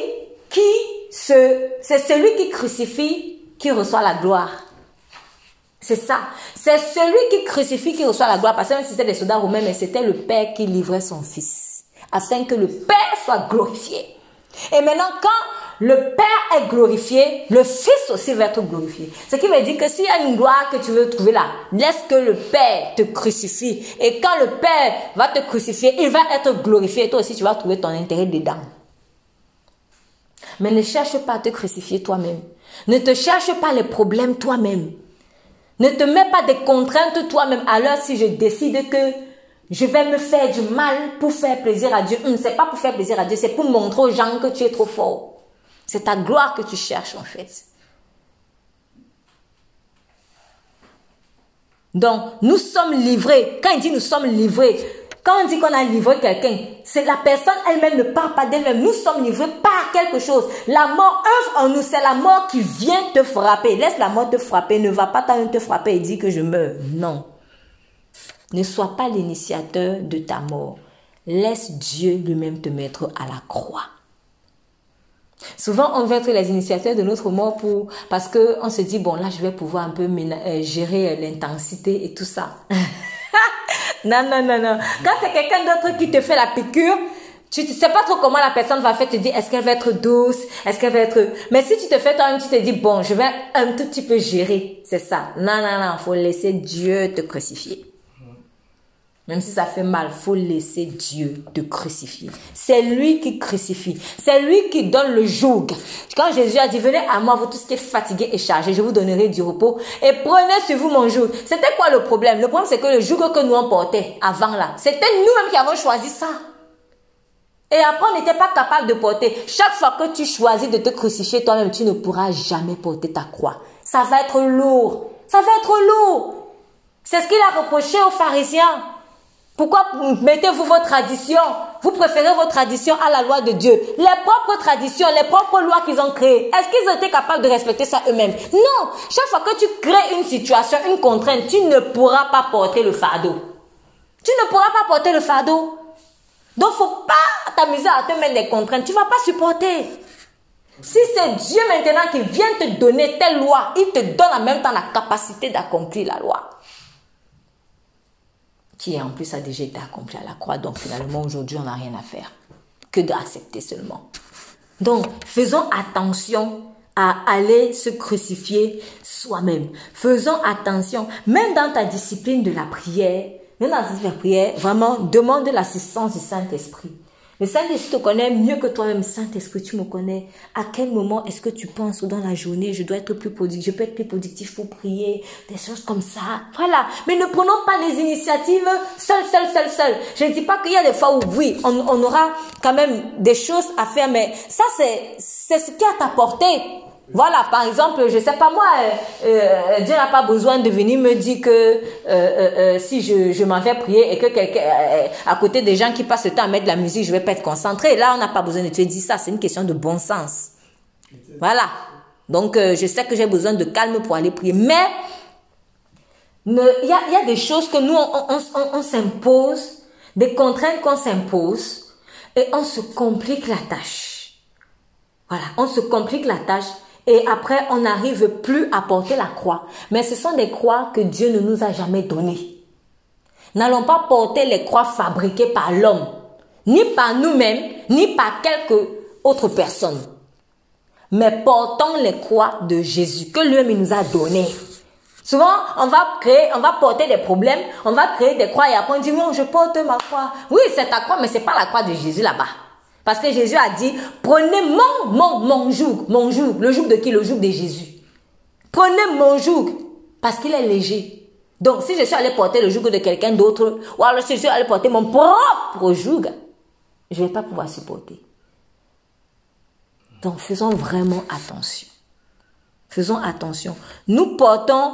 celui qui crucifie qui reçoit la gloire. C'est ça. C'est celui qui crucifie qui reçoit la gloire. Parce que même si c'était des soldats romains, mais c'était le Père qui livrait son Fils. Afin que le Père soit glorifié. Et maintenant, quand le Père est glorifié, le Fils aussi va être glorifié. Ce qui veut dire que s'il y a une gloire que tu veux trouver là, laisse que le Père te crucifie. Et quand le Père va te crucifier, il va être glorifié. Et toi aussi, tu vas trouver ton intérêt dedans. Mais ne cherche pas à te crucifier toi-même. Ne te cherche pas les problèmes toi-même. Ne te mets pas des contraintes toi-même. Alors si je décide que je vais me faire du mal pour faire plaisir à Dieu. C'est pas pour faire plaisir à Dieu, c'est pour montrer aux gens que tu es trop fort. C'est ta gloire que tu cherches en fait. Donc, nous sommes livrés. Quand il dit nous sommes livrés, quand on dit qu'on a livré quelqu'un, c'est la personne elle-même ne parle pas d'elle-même. Nous sommes livrés par quelque chose. La mort œuvre en nous. C'est la mort qui vient te frapper. Laisse la mort te frapper. Ne va pas te frapper et dire que je meurs. Non. Ne sois pas l'initiateur de ta mort. Laisse Dieu lui-même te mettre à la croix. Souvent, on veut être les initiateurs de notre mort parce qu'on se dit, bon, là, je vais pouvoir un peu gérer l'intensité et tout ça. Non, non, non, non. Quand c'est quelqu'un d'autre qui te fait la piqûre, tu ne sais pas trop comment la personne va faire, te dire, est-ce qu'elle va être douce, est-ce qu'elle va être... Mais si tu te fais toi-même, tu te dis, bon, je vais un tout petit peu gérer. C'est ça. Non, non, non, il faut laisser Dieu te crucifier. Même si ça fait mal, il faut laisser Dieu te crucifier. C'est lui qui crucifie. C'est lui qui donne le joug. Quand Jésus a dit, venez à moi, vous tous qui êtes fatigués et chargés, je vous donnerai du repos. Et prenez sur vous mon joug. C'était quoi le problème? Le problème, c'est que le joug que nous on portait avant là, c'était nous-mêmes qui avons choisi ça. Et après, on n'était pas capable de porter. Chaque fois que tu choisis de te crucifier toi-même, tu ne pourras jamais porter ta croix. Ça va être lourd. Ça va être lourd. C'est ce qu'il a reproché aux pharisiens. Pourquoi mettez-vous vos traditions? Vous préférez vos traditions à la loi de Dieu. Les propres traditions, les propres lois qu'ils ont créées, est-ce qu'ils étaient capables de respecter ça eux-mêmes? Non. Chaque fois que tu crées une situation, une contrainte, tu ne pourras pas porter le fardeau. Tu ne pourras pas porter le fardeau. Donc, il ne faut pas t'amuser à te mettre des contraintes. Tu ne vas pas supporter. Si c'est Dieu maintenant qui vient te donner telle loi, il te donne en même temps la capacité d'accomplir la loi. Qui en plus a déjà été accompli à la croix. Donc finalement, aujourd'hui, on n'a rien à faire que d'accepter seulement. Donc, faisons attention à aller se crucifier soi-même. Faisons attention, même dans ta discipline de la prière, vraiment, demande l'assistance du Saint-Esprit. Le Saint-Esprit te connaît mieux que toi-même. Saint-Esprit, tu me connais. À quel moment est-ce que tu penses dans la journée, je dois être plus productif, je peux être plus productif pour prier, des choses comme ça. Voilà. Mais ne prenons pas les initiatives seul. Je ne dis pas qu'il y a des fois où, oui, on aura quand même des choses à faire, mais ça, c'est ce qui est à ta portée. Voilà, par exemple, je sais pas moi, Dieu n'a pas besoin de venir me dire que si je m'en vais prier et que quelqu'un à côté des gens qui passent le temps à mettre de la musique, je vais pas être concentré. Là, on n'a pas besoin de te dire ça. C'est une question de bon sens. Voilà. Donc, je sais que j'ai besoin de calme pour aller prier. Mais il y a des choses que nous, on s'impose, des contraintes qu'on s'impose et on se complique la tâche. Voilà, on se complique la tâche. Et après, on n'arrive plus à porter la croix. Mais ce sont des croix que Dieu ne nous a jamais données. N'allons pas porter les croix fabriquées par l'homme, ni par nous-mêmes, ni par quelque autre personne. Mais portons les croix de Jésus, que lui-même nous a données. Souvent, on va porter des problèmes, on va créer des croix et après on dit, non, je porte ma croix. Oui, c'est ta croix, mais c'est pas la croix de Jésus là-bas. Parce que Jésus a dit, prenez mon joug. Mon joug. Le joug de qui? Le joug de Jésus. Prenez mon joug. Parce qu'il est léger. Donc, si je suis allé porter le joug de quelqu'un d'autre, ou alors si je suis allé porter mon propre joug, je ne vais pas pouvoir supporter. Donc, faisons vraiment attention. Faisons attention. Nous portons,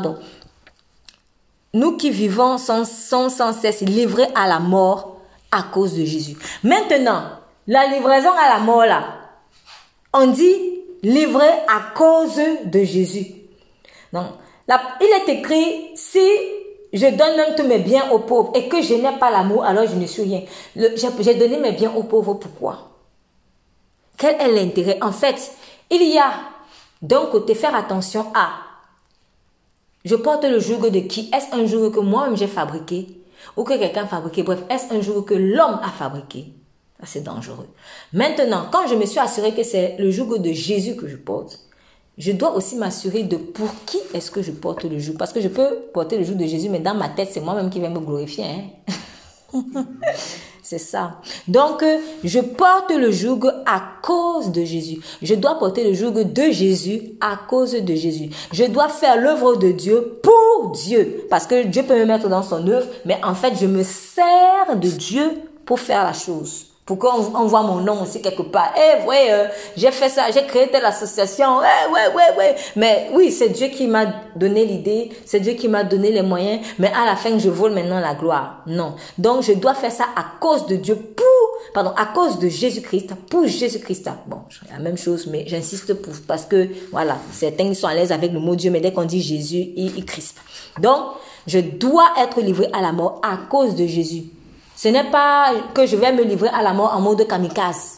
nous qui vivons sont sans cesse livrés à la mort à cause de Jésus. Maintenant, la livraison à la mort là, on dit livré à cause de Jésus. Donc, il est écrit, si je donne même tous mes biens aux pauvres et que je n'ai pas l'amour, alors je ne suis rien. J'ai donné mes biens aux pauvres, pourquoi? Quel est l'intérêt? En fait, il y a d'un côté faire attention à, je porte le joug de qui? Est-ce un joug que moi-même j'ai fabriqué ou que quelqu'un a fabriqué? Bref, est-ce un joug que l'homme a fabriqué? Ça, c'est dangereux. Maintenant, quand je me suis assuré que c'est le joug de Jésus que je porte, je dois aussi m'assurer de pour qui est-ce que je porte le joug. Parce que je peux porter le joug de Jésus, mais dans ma tête, c'est moi-même qui vais me glorifier. Hein? C'est ça. Donc, je porte le joug à cause de Jésus. Je dois porter le joug de Jésus à cause de Jésus. Je dois faire l'œuvre de Dieu pour Dieu. Parce que Dieu peut me mettre dans son œuvre, mais en fait, je me sers de Dieu pour faire la chose. Pour qu'on voit mon nom aussi quelque part. J'ai fait ça, j'ai créé telle association. Mais oui, c'est Dieu qui m'a donné l'idée, c'est Dieu qui m'a donné les moyens, mais à la fin, je vole maintenant la gloire. Non. Donc, je dois faire ça à cause de Dieu, à cause de Jésus-Christ, pour Jésus-Christ. Bon, c'est la même chose, mais j'insiste parce que, voilà, certains qui sont à l'aise avec le mot Dieu, mais dès qu'on dit Jésus, ils crispent. Donc, je dois être livré à la mort à cause de Jésus. Ce n'est pas que je vais me livrer à la mort en mode kamikaze.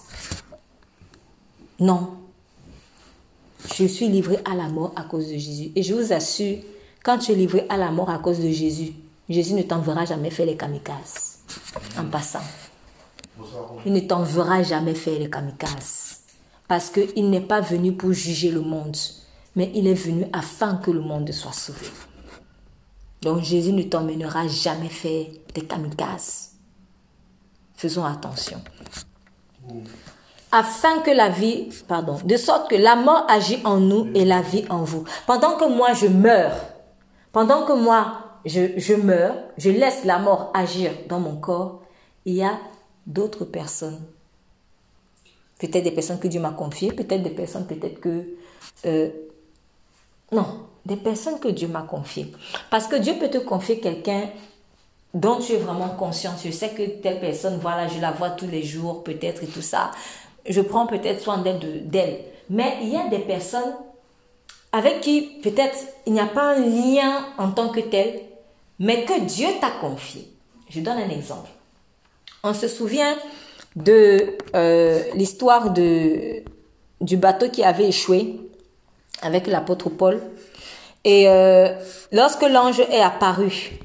Non. Je suis livré à la mort à cause de Jésus. Et je vous assure, quand tu es livré à la mort à cause de Jésus, Jésus ne t'enverra jamais faire les kamikazes. En passant. Il ne t'enverra jamais faire les kamikazes. Parce qu'il n'est pas venu pour juger le monde, mais il est venu afin que le monde soit sauvé. Donc Jésus ne t'emmènera jamais faire des kamikazes. Faisons attention. Afin que de sorte que la mort agit en nous et la vie en vous. Pendant que moi je meurs, je laisse la mort agir dans mon corps, il y a d'autres personnes. Peut-être des personnes que Dieu m'a confiées, peut-être des personnes, des personnes que Dieu m'a confiées. Parce que Dieu peut te confier quelqu'un dont tu es vraiment conscient. Je sais que telle personne, voilà, je la vois tous les jours, peut-être, et tout ça. Je prends peut-être soin d'elle. Mais il y a des personnes avec qui, peut-être, il n'y a pas un lien en tant que tel, mais que Dieu t'a confié. Je donne un exemple. On se souvient de l'histoire du bateau qui avait échoué avec l'apôtre Paul. Et lorsque l'ange est apparu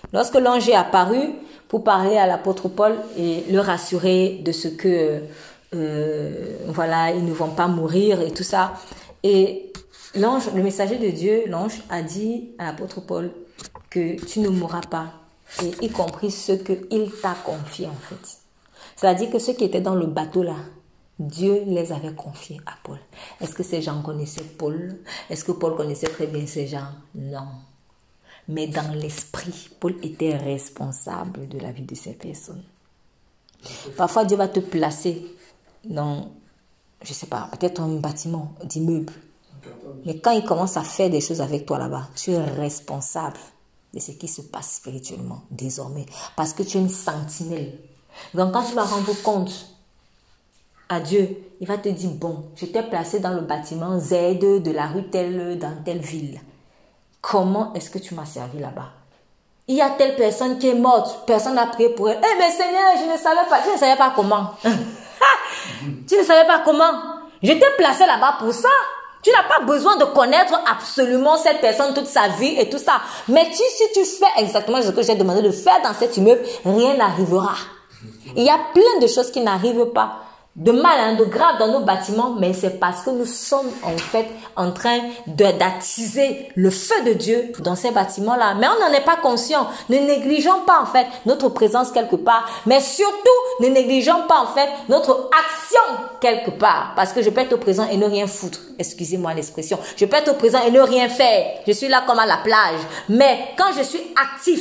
pour parler à l'apôtre Paul et le rassurer de ce que, ils ne vont pas mourir et tout ça. Et l'ange, le messager de Dieu, l'ange a dit à l'apôtre Paul que tu ne mourras pas, et y compris ce qu'il t'a confié en fait. C'est-à-dire que ceux qui étaient dans le bateau là, Dieu les avait confiés à Paul. Est-ce que ces gens connaissaient Paul? Est-ce que Paul connaissait très bien ces gens? Non. Mais dans l'esprit, Paul était responsable de la vie de ces personnes. Parfois, Dieu va te placer dans, je ne sais pas, peut-être un bâtiment d'immeuble. Mais quand il commence à faire des choses avec toi là-bas, tu es responsable de ce qui se passe spirituellement désormais. Parce que tu es une sentinelle. Donc quand tu vas rendre compte à Dieu, il va te dire, bon, je t'ai placé dans le bâtiment Z de la rue telle, dans telle ville. Comment est-ce que tu m'as servi là-bas? Il y a telle personne qui est morte, personne n'a prié pour elle. Eh mais Seigneur, je ne savais pas comment. Tu ne savais pas comment. Je t'ai placé là-bas pour ça. Tu n'as pas besoin de connaître absolument cette personne toute sa vie et tout ça. Mais si tu fais exactement ce que j'ai demandé de faire dans cet immeuble, rien n'arrivera. Il y a plein de choses qui n'arrivent pas. De mal, de grave dans nos bâtiments, mais c'est parce que nous sommes en fait en train d'attiser le feu de Dieu dans ces bâtiments-là. Mais on n'en est pas conscient. Ne négligeons pas en fait notre présence quelque part, mais surtout ne négligeons pas en fait notre action quelque part. Parce que je peux être présent et ne rien foutre. Excusez-moi l'expression. Je peux être présent et ne rien faire. Je suis là comme à la plage. Mais quand je suis actif,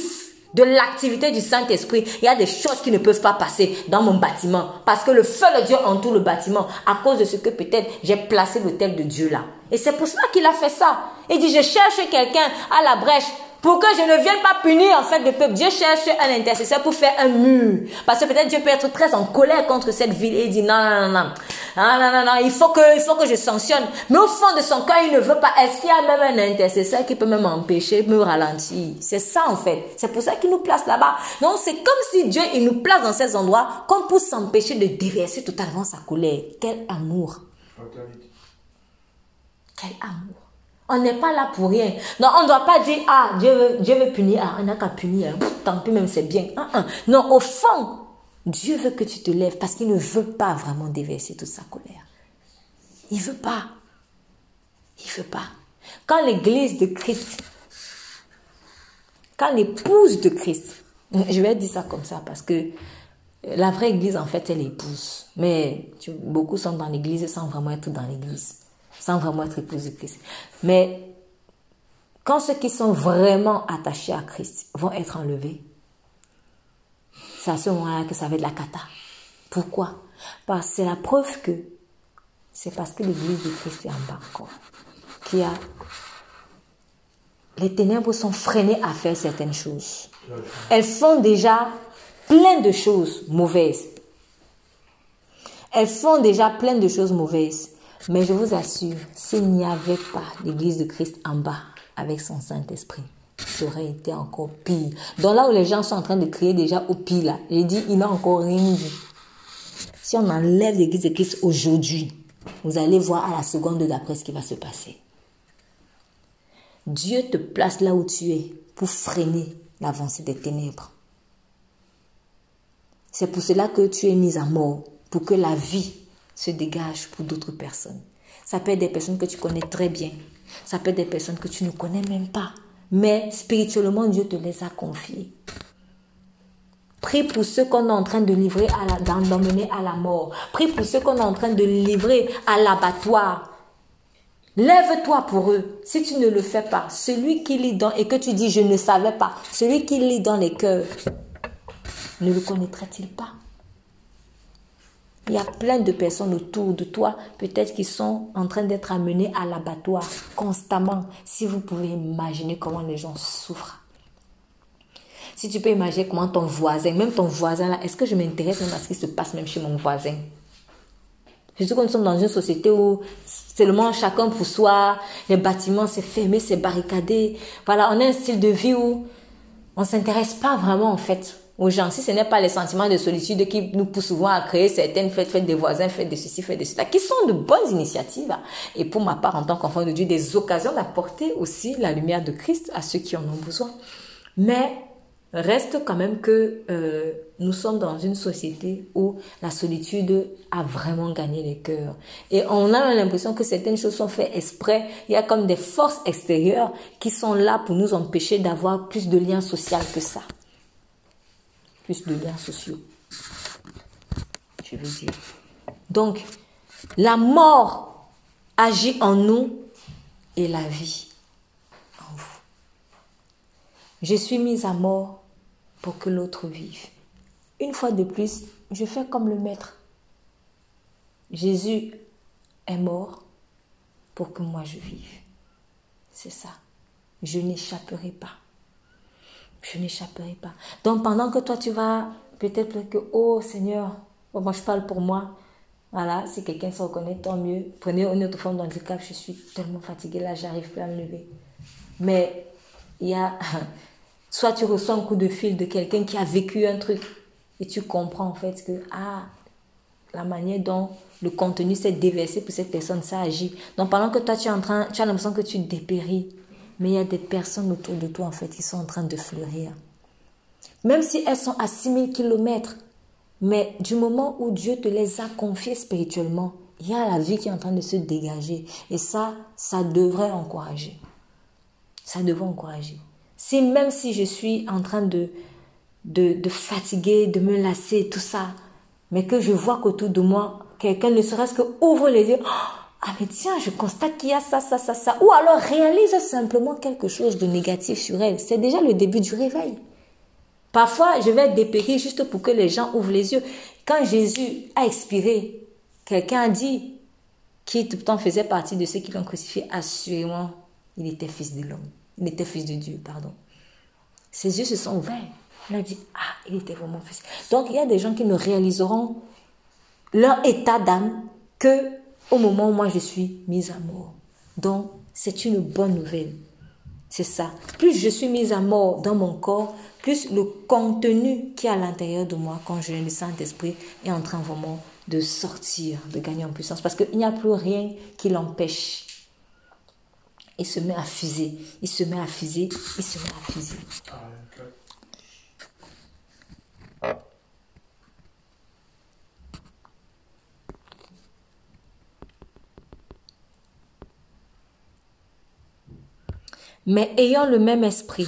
de l'activité du Saint-Esprit, il y a des choses qui ne peuvent pas passer dans mon bâtiment. Parce que le feu de Dieu entoure le bâtiment à cause de ce que peut-être j'ai placé l'autel de Dieu là. Et c'est pour cela qu'il a fait ça. Il dit, je cherche quelqu'un à la brèche pour que je ne vienne pas punir en fait le peuple. Dieu cherche un intercesseur pour faire un mur. Parce que peut-être Dieu peut être très en colère contre cette ville. Et il dit, non, il faut que je sanctionne. Mais au fond de son cœur, il ne veut pas. Est-ce qu'il y a même un intercesseur qui peut même m'empêcher, me ralentir? C'est ça en fait. C'est pour ça qu'il nous place là-bas. Donc c'est comme si Dieu, il nous place dans ces endroits comme pour s'empêcher de déverser totalement sa colère. Quel amour. Quel amour. On n'est pas là pour rien. Non, on ne doit pas dire, ah, Dieu veut punir. Ah, on n'a qu'à punir. Tant pis, même c'est bien. Non, au fond, Dieu veut que tu te lèves parce qu'il ne veut pas vraiment déverser toute sa colère. Il ne veut pas. Il ne veut pas. Quand l'église de Christ, quand l'épouse de Christ, je vais dire ça comme ça parce que la vraie église, en fait, c'est l'épouse. Mais beaucoup sont dans l'église sans vraiment être dans l'église. Sans vraiment être épouse de Christ. Mais quand ceux qui sont vraiment attachés à Christ vont être enlevés, c'est à ce moment-là que ça va être la cata. Pourquoi? Parce que c'est la preuve que c'est parce que l'église de Christ est en bas encore. Les ténèbres sont freinées à faire certaines choses. Elles font déjà plein de choses mauvaises. Elles font déjà plein de choses mauvaises. Mais je vous assure, s'il n'y avait pas l'église de Christ en bas avec son Saint-Esprit, ça aurait été encore pire. Donc là où les gens sont en train de crier déjà au pire là, j'ai dit, il n'a encore rien dit. Si on enlève l'église de Christ aujourd'hui, vous allez voir à la seconde d'après ce qui va se passer. Dieu te place là où tu es pour freiner l'avancée des ténèbres. C'est pour cela que tu es mis à mort, pour que la vie se dégage pour d'autres personnes. Ça peut être des personnes que tu connais très bien. Ça peut être des personnes que tu ne connais même pas. Mais spirituellement, Dieu te les a confiées. Prie pour ceux qu'on est en train de livrer, d'emmener à la mort. Prie pour ceux qu'on est en train de livrer à l'abattoir. Lève-toi pour eux. Si tu ne le fais pas, celui qui lit dans, et que tu dis je ne savais pas, celui qui lit dans les cœurs, ne le connaîtrait-il pas? Il y a plein de personnes autour de toi, peut-être qui sont en train d'être amenées à l'abattoir constamment. Si vous pouvez imaginer comment les gens souffrent. Si tu peux imaginer comment ton voisin, même ton voisin là, est-ce que je m'intéresse même à ce qui se passe même chez mon voisin? Surtout que nous sommes dans une société où seulement chacun pour soi, les bâtiments c'est fermé, c'est barricadé. Voilà, on a un style de vie où on ne s'intéresse pas vraiment en fait aux gens. Si ce n'est pas les sentiments de solitude qui nous poussent souvent à créer certaines fêtes des voisins, fêtes de ceci, fêtes de cela, qui sont de bonnes initiatives. Et pour ma part, en tant qu'enfant de Dieu, des occasions d'apporter aussi la lumière de Christ à ceux qui en ont besoin. Mais reste quand même que nous sommes dans une société où la solitude a vraiment gagné les cœurs. Et on a l'impression que certaines choses sont faites exprès. Il y a comme des forces extérieures qui sont là pour nous empêcher d'avoir plus de liens sociaux que ça. Plus de liens sociaux, je veux dire. Donc, la mort agit en nous et la vie en vous. Je suis mise à mort pour que l'autre vive. Une fois de plus, je fais comme le maître. Jésus est mort pour que moi je vive. C'est ça. Je n'échapperai pas. Je n'échapperai pas. Donc pendant que toi tu vas peut-être que, oh Seigneur, moi je parle pour moi. Voilà, si quelqu'un se reconnaît, tant mieux. Prenez une autre forme d'handicap, je suis tellement fatiguée là, j'arrive plus à me lever. Mais il y a, soit tu reçois un coup de fil de quelqu'un qui a vécu un truc et tu comprends en fait que, la manière dont le contenu s'est déversé pour cette personne, ça agit. Donc pendant que toi tu as l'impression que tu dépéris. Mais il y a des personnes autour de toi, en fait, qui sont en train de fleurir. Même si elles sont à 6000 km, mais du moment où Dieu te les a confiées spirituellement, il y a la vie qui est en train de se dégager. Et ça devrait encourager. Ça devrait encourager. Même si je suis en train de fatiguer, de me lasser, tout ça, mais que je vois qu'autour de moi, quelqu'un ne serait-ce que ouvre les yeux, ah mais tiens, je constate qu'il y a ça. Ou alors réalise simplement quelque chose de négatif sur elle. C'est déjà le début du réveil. Parfois, je vais dépérir juste pour que les gens ouvrent les yeux. Quand Jésus a expiré, quelqu'un a dit, qui tout le temps faisait partie de ceux qui l'ont crucifié, assurément, il était fils de l'homme. Il était fils de Dieu, pardon. Ses yeux se sont ouverts. Il a dit, ah, il était vraiment fils. Donc, il y a des gens qui ne réaliseront leur état d'âme que au moment où moi je suis mise à mort. Donc, c'est une bonne nouvelle. C'est ça. Plus je suis mise à mort dans mon corps, plus le contenu qui est à l'intérieur de moi, quand je le Saint-Esprit, est en train vraiment de sortir, de gagner en puissance. Parce qu'il n'y a plus rien qui l'empêche. Il se met à fuser. Il se met à fuser. Il se met à fuser. Mais ayant le même esprit,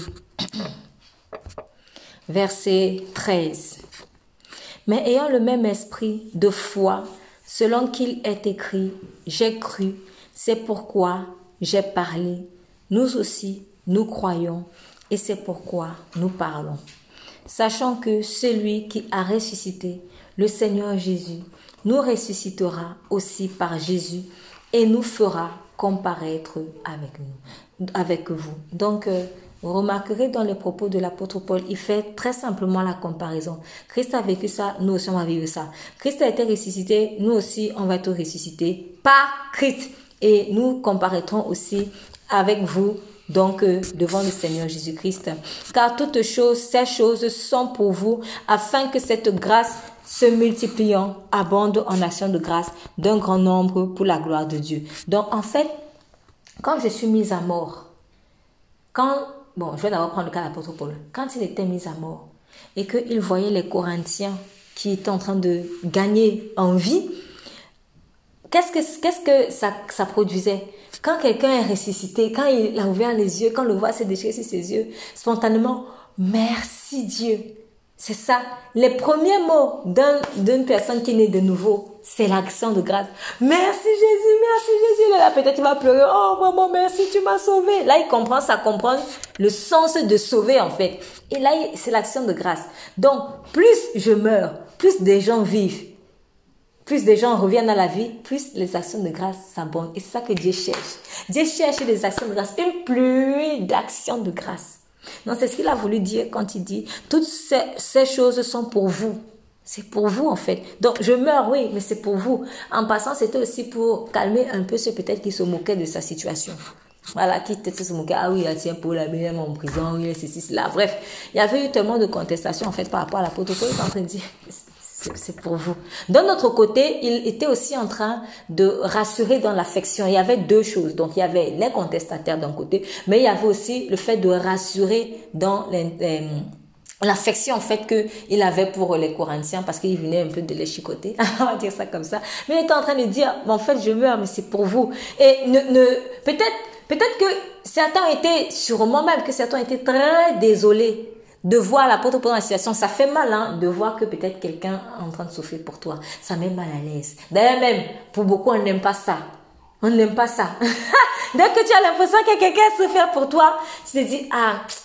verset 13, mais ayant le même esprit de foi, selon qu'il est écrit, j'ai cru, c'est pourquoi j'ai parlé, nous aussi, nous croyons, et c'est pourquoi nous parlons. Sachant que celui qui a ressuscité, le Seigneur Jésus, nous ressuscitera aussi par Jésus et nous fera comparaître avec vous. Donc, vous remarquerez dans les propos de l'apôtre Paul, il fait très simplement la comparaison. Christ a vécu ça, nous aussi on va vivre ça. Christ a été ressuscité, nous aussi on va être ressuscité par Christ. Et nous comparaîtrons aussi avec vous, donc devant le Seigneur Jésus-Christ. Car toutes choses, ces choses sont pour vous, afin que cette grâce se multipliant, abonde en action de grâce d'un grand nombre pour la gloire de Dieu. Donc en fait, quand je suis mise à mort, je vais d'abord prendre le cas de l'apôtre Paul. Quand il était mis à mort et qu'il voyait les Corinthiens qui étaient en train de gagner en vie, qu'est-ce que ça produisait? Quand quelqu'un est ressuscité, quand il a ouvert les yeux, quand le voile s'est déchiré sur ses yeux, spontanément, merci Dieu. C'est ça. Les premiers mots d'une personne qui est née de nouveau, c'est l'action de grâce. Merci Jésus, merci Jésus. Là, peut-être il va pleurer. Oh, maman, merci, tu m'as sauvé. Là, il comprend, ça comprend le sens de sauver, en fait. Et là, c'est l'action de grâce. Donc, plus je meurs, plus des gens vivent, plus des gens reviennent à la vie, plus les actions de grâce s'abondent. Et c'est ça que Dieu cherche. Dieu cherche des actions de grâce, une pluie d'actions de grâce. Non, c'est ce qu'il a voulu dire quand il dit toutes ces choses sont pour vous. C'est pour vous en fait. Donc je meurs, oui, mais c'est pour vous. En passant, c'était aussi pour calmer un peu ceux peut-être qui se moquaient de sa situation. Voilà, qui peut-être se moquaient. Ah oui, tiens, Paul a mis en prison, oui, c'est ceci, là. Bref, il y avait eu tellement de contestations en fait par rapport à l'apôtre Paul. Il est en train de dire c'est pour vous. D'un autre côté, il était aussi en train de rassurer dans l'affection. Il y avait deux choses. Donc, il y avait les contestataires d'un côté, mais il y avait aussi le fait de rassurer dans l'affection en fait qu'il avait pour les Corinthiens parce qu'il venait un peu de les chicoter. On va dire ça comme ça. Mais il était en train de dire, en fait, je meurs, mais c'est pour vous. Et peut-être que certains étaient, sûrement même que certains étaient très désolés de voir l'apôtre Paul dans la situation. Ça fait mal hein, de voir que peut-être quelqu'un est en train de souffrir pour toi. Ça met mal à l'aise. D'ailleurs même, pour beaucoup, on n'aime pas ça. On n'aime pas ça. Dès que tu as l'impression que quelqu'un souffre pour toi, tu te dis,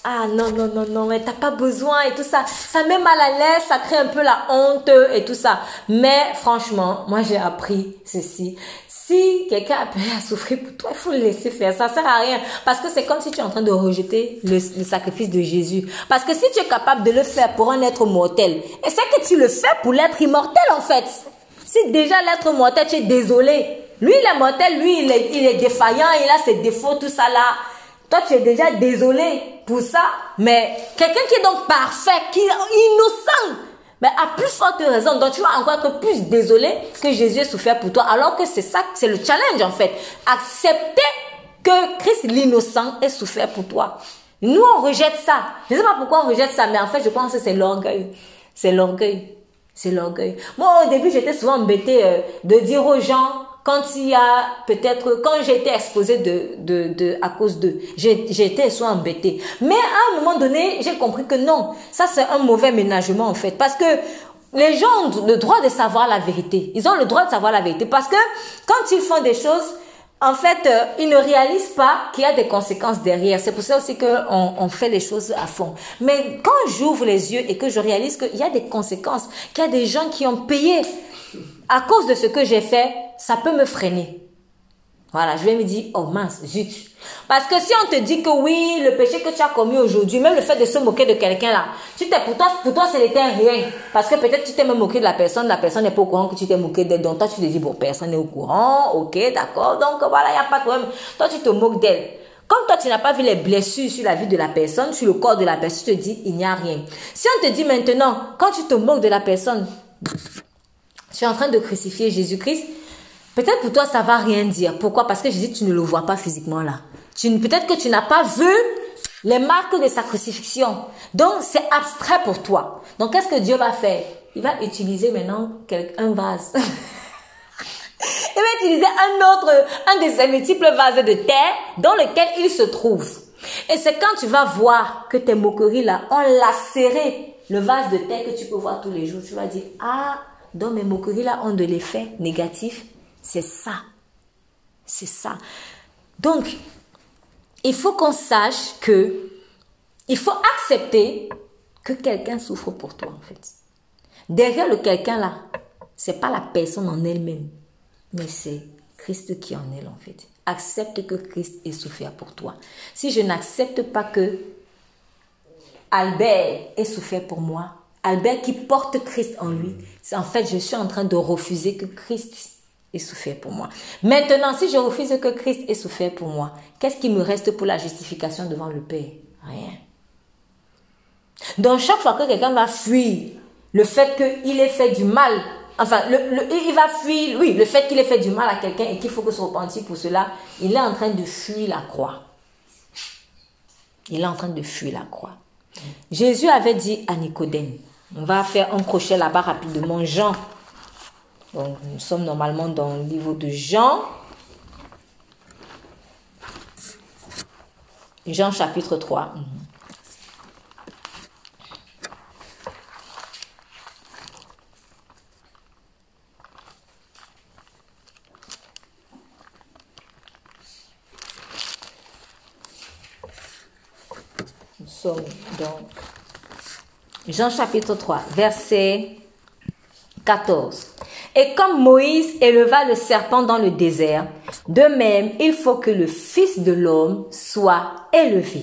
non, mais t'as pas besoin et tout ça. Ça met mal à l'aise, ça crée un peu la honte et tout ça. Mais franchement, moi j'ai appris ceci. Si quelqu'un a appelé à souffrir pour toi, il faut le laisser faire. Ça sert à rien. Parce que c'est comme si tu es en train de rejeter le sacrifice de Jésus. Parce que si tu es capable de le faire pour un être mortel, et c'est que tu le fais pour l'être immortel en fait. Si déjà l'être mortel, tu es désolé. Lui, il est mortel, lui, il est défaillant, il a ses défauts, tout ça là. Toi, tu es déjà désolé pour ça. Mais quelqu'un qui est donc parfait, qui est innocent, mais à plus forte raison, donc tu vas encore être plus désolé que Jésus ait souffert pour toi. Alors que c'est ça, c'est le challenge en fait. Accepter que Christ l'innocent ait souffert pour toi. Nous, on rejette ça. Je ne sais pas pourquoi on rejette ça, mais en fait, je pense que c'est l'orgueil. C'est l'orgueil. C'est l'orgueil. Moi, au début, j'étais souvent embêtée de dire aux gens, quand il y a peut-être, quand j'ai été exposée à cause d'eux, j'ai été souvent embêtée. Mais à un moment donné, j'ai compris que non, ça c'est un mauvais ménagement en fait. Parce que les gens ont le droit de savoir la vérité. Ils ont le droit de savoir la vérité. Parce que quand ils font des choses, en fait, ils ne réalisent pas qu'il y a des conséquences derrière. C'est pour ça aussi qu'on fait les choses à fond. Mais quand j'ouvre les yeux et que je réalise qu'il y a des conséquences, qu'il y a des gens qui ont payé à cause de ce que j'ai fait, ça peut me freiner. Voilà, je vais me dire, oh mince, zut. Parce que si on te dit que oui, le péché que tu as commis aujourd'hui, même le fait de se moquer de quelqu'un là, pour toi, ce n'était rien. Parce que peut-être tu t'es même moqué de la personne n'est pas au courant que tu t'es moqué d'elle. Donc toi, tu te dis, bon, personne n'est au courant, ok, d'accord. Donc voilà, il n'y a pas de problème. Toi, tu te moques d'elle. Comme toi, tu n'as pas vu les blessures sur la vie de la personne, sur le corps de la personne, tu te dis, il n'y a rien. Si on te dit maintenant, quand tu te moques de la personne, tu es en train de crucifier Jésus-Christ, peut-être pour toi, ça ne va rien dire. Pourquoi? Parce que Jésus, tu ne le vois pas physiquement là. Peut-être que tu n'as pas vu les marques de sa crucifixion. Donc, c'est abstrait pour toi. Donc, qu'est-ce que Dieu va faire? Il va utiliser maintenant un vase. Il va utiliser un de ses multiples vases de terre dans lequel il se trouve. Et c'est quand tu vas voir que tes moqueries là ont lacéré le vase de terre que tu peux voir tous les jours. Tu vas dire, ah, donc mes moqueries là ont de l'effet négatif. C'est ça. C'est ça. Donc, il faut qu'on sache que il faut accepter que quelqu'un souffre pour toi, en fait. Derrière le quelqu'un là, c'est pas la personne en elle-même, mais c'est Christ qui est en elle, en fait. Accepte que Christ ait souffert pour toi. Si je n'accepte pas que Albert ait souffert pour moi, Albert qui porte Christ en lui, c'est en fait, je suis en train de refuser que Christ ait souffert pour moi. Maintenant, si je refuse que Christ ait souffert pour moi, qu'est-ce qui me reste pour la justification devant le Père? Rien. Donc, chaque fois que quelqu'un va fuir le fait qu'il ait fait du mal, enfin, il va fuir, oui, le fait qu'il ait fait du mal à quelqu'un et qu'il faut que se repentir pour cela, il est en train de fuir la croix. Il est en train de fuir la croix. Jésus avait dit à Nicodème, on va faire un crochet là-bas rapidement, Jean. Donc, nous sommes normalement dans le livre de Jean. Jean chapitre 3. Nous sommes dans Jean chapitre 3, verset 14. Et comme Moïse éleva le serpent dans le désert, de même, il faut que le Fils de l'homme soit élevé,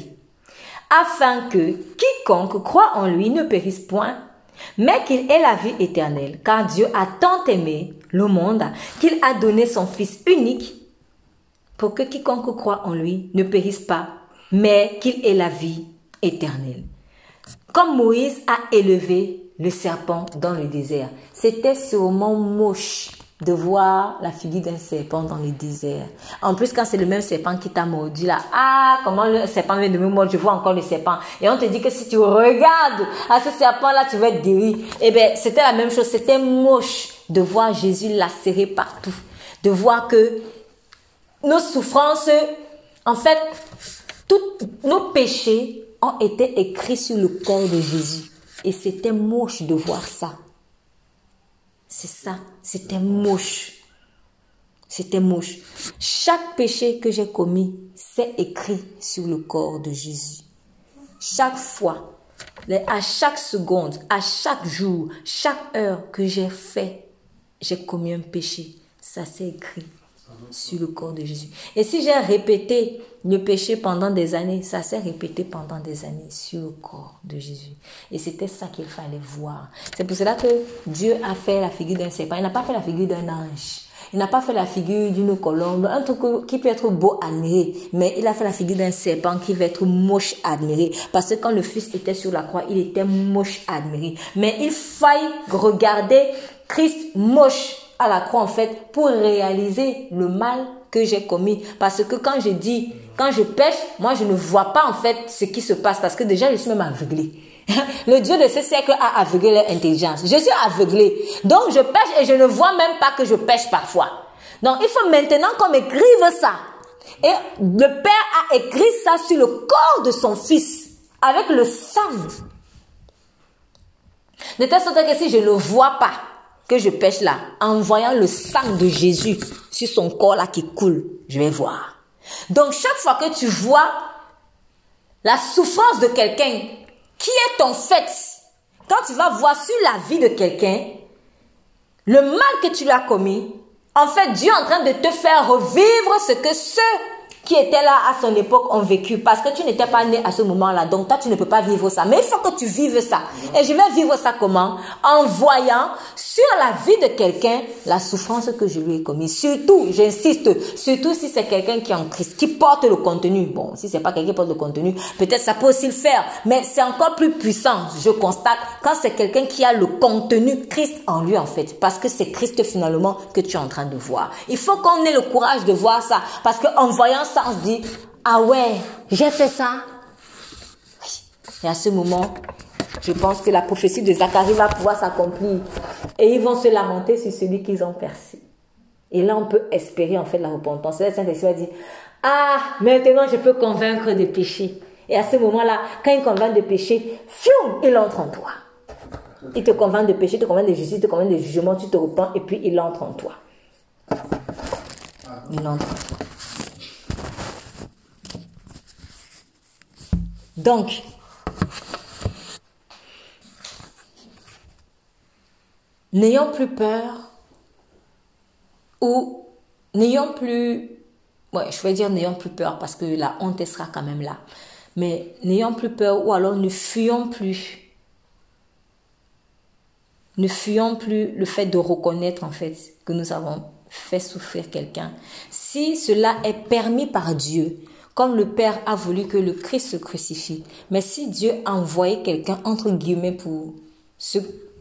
afin que quiconque croit en lui ne périsse point, mais qu'il ait la vie éternelle. Car Dieu a tant aimé le monde qu'il a donné son Fils unique pour que quiconque croit en lui ne périsse pas, mais qu'il ait la vie éternelle. Comme Moïse a élevé le serpent dans le désert. C'était sûrement moche de voir la figure d'un serpent dans le désert. En plus, quand c'est le même serpent qui t'a mordu là, ah, comment le serpent vient de me mordre, je vois encore le serpent. Et on te dit que si tu regardes à ce serpent là, tu vas être guéri. Eh bien, c'était la même chose. C'était moche de voir Jésus lacéré partout. De voir que nos souffrances, en fait, tous nos péchés ont été écrits sur le corps de Jésus. Et c'était moche de voir ça. C'est ça, c'était moche. C'était moche. Chaque péché que j'ai commis, c'est écrit sur le corps de Jésus. Chaque fois, à chaque seconde, à chaque jour, chaque heure que j'ai fait, j'ai commis un péché. Ça s'est écrit sur le corps de Jésus. Et si j'ai répété le péché pendant des années, ça s'est répété pendant des années sur le corps de Jésus. Et c'était ça qu'il fallait voir. C'est pour cela que Dieu a fait la figure d'un serpent. Il n'a pas fait la figure d'un ange. Il n'a pas fait la figure d'une colombe, un truc qui peut être beau à admirer, mais il a fait la figure d'un serpent qui va être moche à admirer. Parce que quand le Fils était sur la croix, il était moche à admirer. Mais il faille regarder Christ moche à la croix en fait pour réaliser le mal que j'ai commis. Parce que quand je pêche, moi je ne vois pas en fait ce qui se passe parce que déjà je suis même aveuglé. Le Dieu de ce siècle a aveuglé leur intelligence. Je suis aveuglé. Donc je pêche et je ne vois même pas que je pêche parfois. Donc il faut maintenant qu'on m'écrive ça. Et le Père a écrit ça sur le corps de son Fils avec le sang. De telle sorte que si je ne le vois pas, que je pêche là, en voyant le sang de Jésus sur son corps là qui coule, je vais voir. Donc chaque fois que tu vois la souffrance de quelqu'un qui est ton fait, quand tu vas voir sur la vie de quelqu'un, le mal que tu lui as commis, en fait, Dieu est en train de te faire revivre ce que ceux qui étaient là à son époque ont vécu. Parce que tu n'étais pas né à ce moment-là. Donc, toi, tu ne peux pas vivre ça. Mais il faut que tu vives ça. Et je vais vivre ça comment? En voyant sur la vie de quelqu'un la souffrance que je lui ai commise. Surtout, j'insiste, surtout si c'est quelqu'un qui est en Christ, qui porte le contenu. Bon, si c'est pas quelqu'un qui porte le contenu, peut-être ça peut aussi le faire. Mais c'est encore plus puissant, je constate, quand c'est quelqu'un qui a le contenu Christ en lui, en fait. Parce que c'est Christ, finalement, que tu es en train de voir. Il faut qu'on ait le courage de voir ça. Parce qu'en voyant ça, on se dit, ah ouais, j'ai fait ça. Et à ce moment, je pense que la prophétie de Zacharie va pouvoir s'accomplir. Et ils vont se lamenter sur celui qu'ils ont percé. Et là, on peut espérer en fait la repentance. Et le Saint-Esprit va dire, ah, maintenant je peux convaincre de péché. Et à ce moment-là, quand il convainc de péché, fium, il entre en toi. Il te convainc de péché, il te convainc de justice, il te convainc de jugement, tu te repens et puis il entre en toi. Il entre en toi. Donc, n'ayons plus peur ou n'ayons plus, ouais, je vais dire n'ayons plus peur parce que la honte elle sera quand même là. Mais n'ayons plus peur ou alors ne fuyons plus. Ne fuyons plus le fait de reconnaître en fait que nous avons fait souffrir quelqu'un. Si cela est permis par Dieu, comme le Père a voulu que le Christ se crucifie. Mais si Dieu a envoyé quelqu'un, entre guillemets, pour se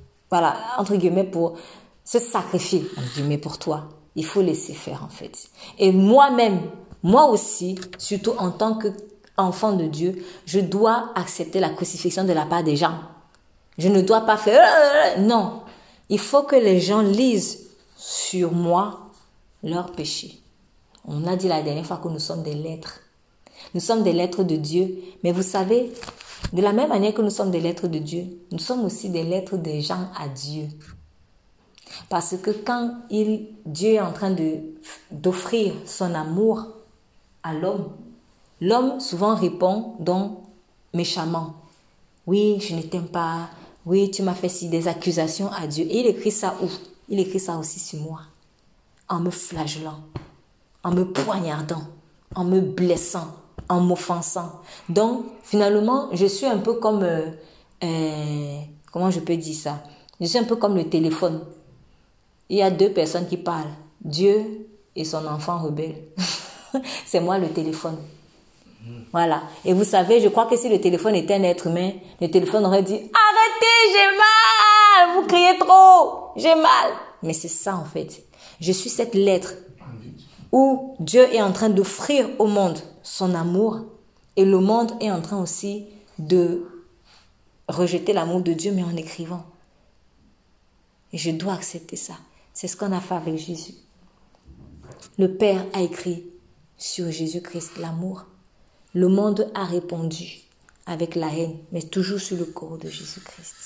sacrifier, entre guillemets, pour toi, il faut laisser faire, en fait. Et moi-même, moi aussi, surtout en tant qu'enfant de Dieu, je dois accepter la crucifixion de la part des gens. Je ne dois pas faire... Non. Il faut que les gens lisent sur moi leurs péchés. On a dit la dernière fois que nous sommes des lettres. Nous sommes des lettres de Dieu. Mais vous savez, de la même manière que nous sommes des lettres de Dieu, nous sommes aussi des lettres des gens à Dieu. Parce que quand Dieu est en train d'offrir son amour à l'homme, l'homme souvent répond donc méchamment. Oui, je ne t'aime pas. Oui, tu m'as fait si des accusations à Dieu. Et il écrit ça où? Il écrit ça aussi sur moi. En me flagellant, en me poignardant, en me blessant, en m'offensant. Donc, finalement, je suis un peu comme... comment je peux dire ça? Je suis un peu comme le téléphone. Il y a deux personnes qui parlent. Dieu et son enfant rebelle. C'est moi le téléphone. Voilà. Et vous savez, je crois que si le téléphone était un être humain, le téléphone aurait dit « Arrêtez, j'ai mal! Vous criez trop! J'ai mal! » Mais c'est ça en fait. Je suis cette lettre où Dieu est en train d'offrir au monde son amour et le monde est en train aussi de rejeter l'amour de Dieu, mais en écrivant. Et je dois accepter ça. C'est ce qu'on a fait avec Jésus. Le Père a écrit sur Jésus-Christ l'amour. Le monde a répondu avec la haine, mais toujours sur le corps de Jésus-Christ.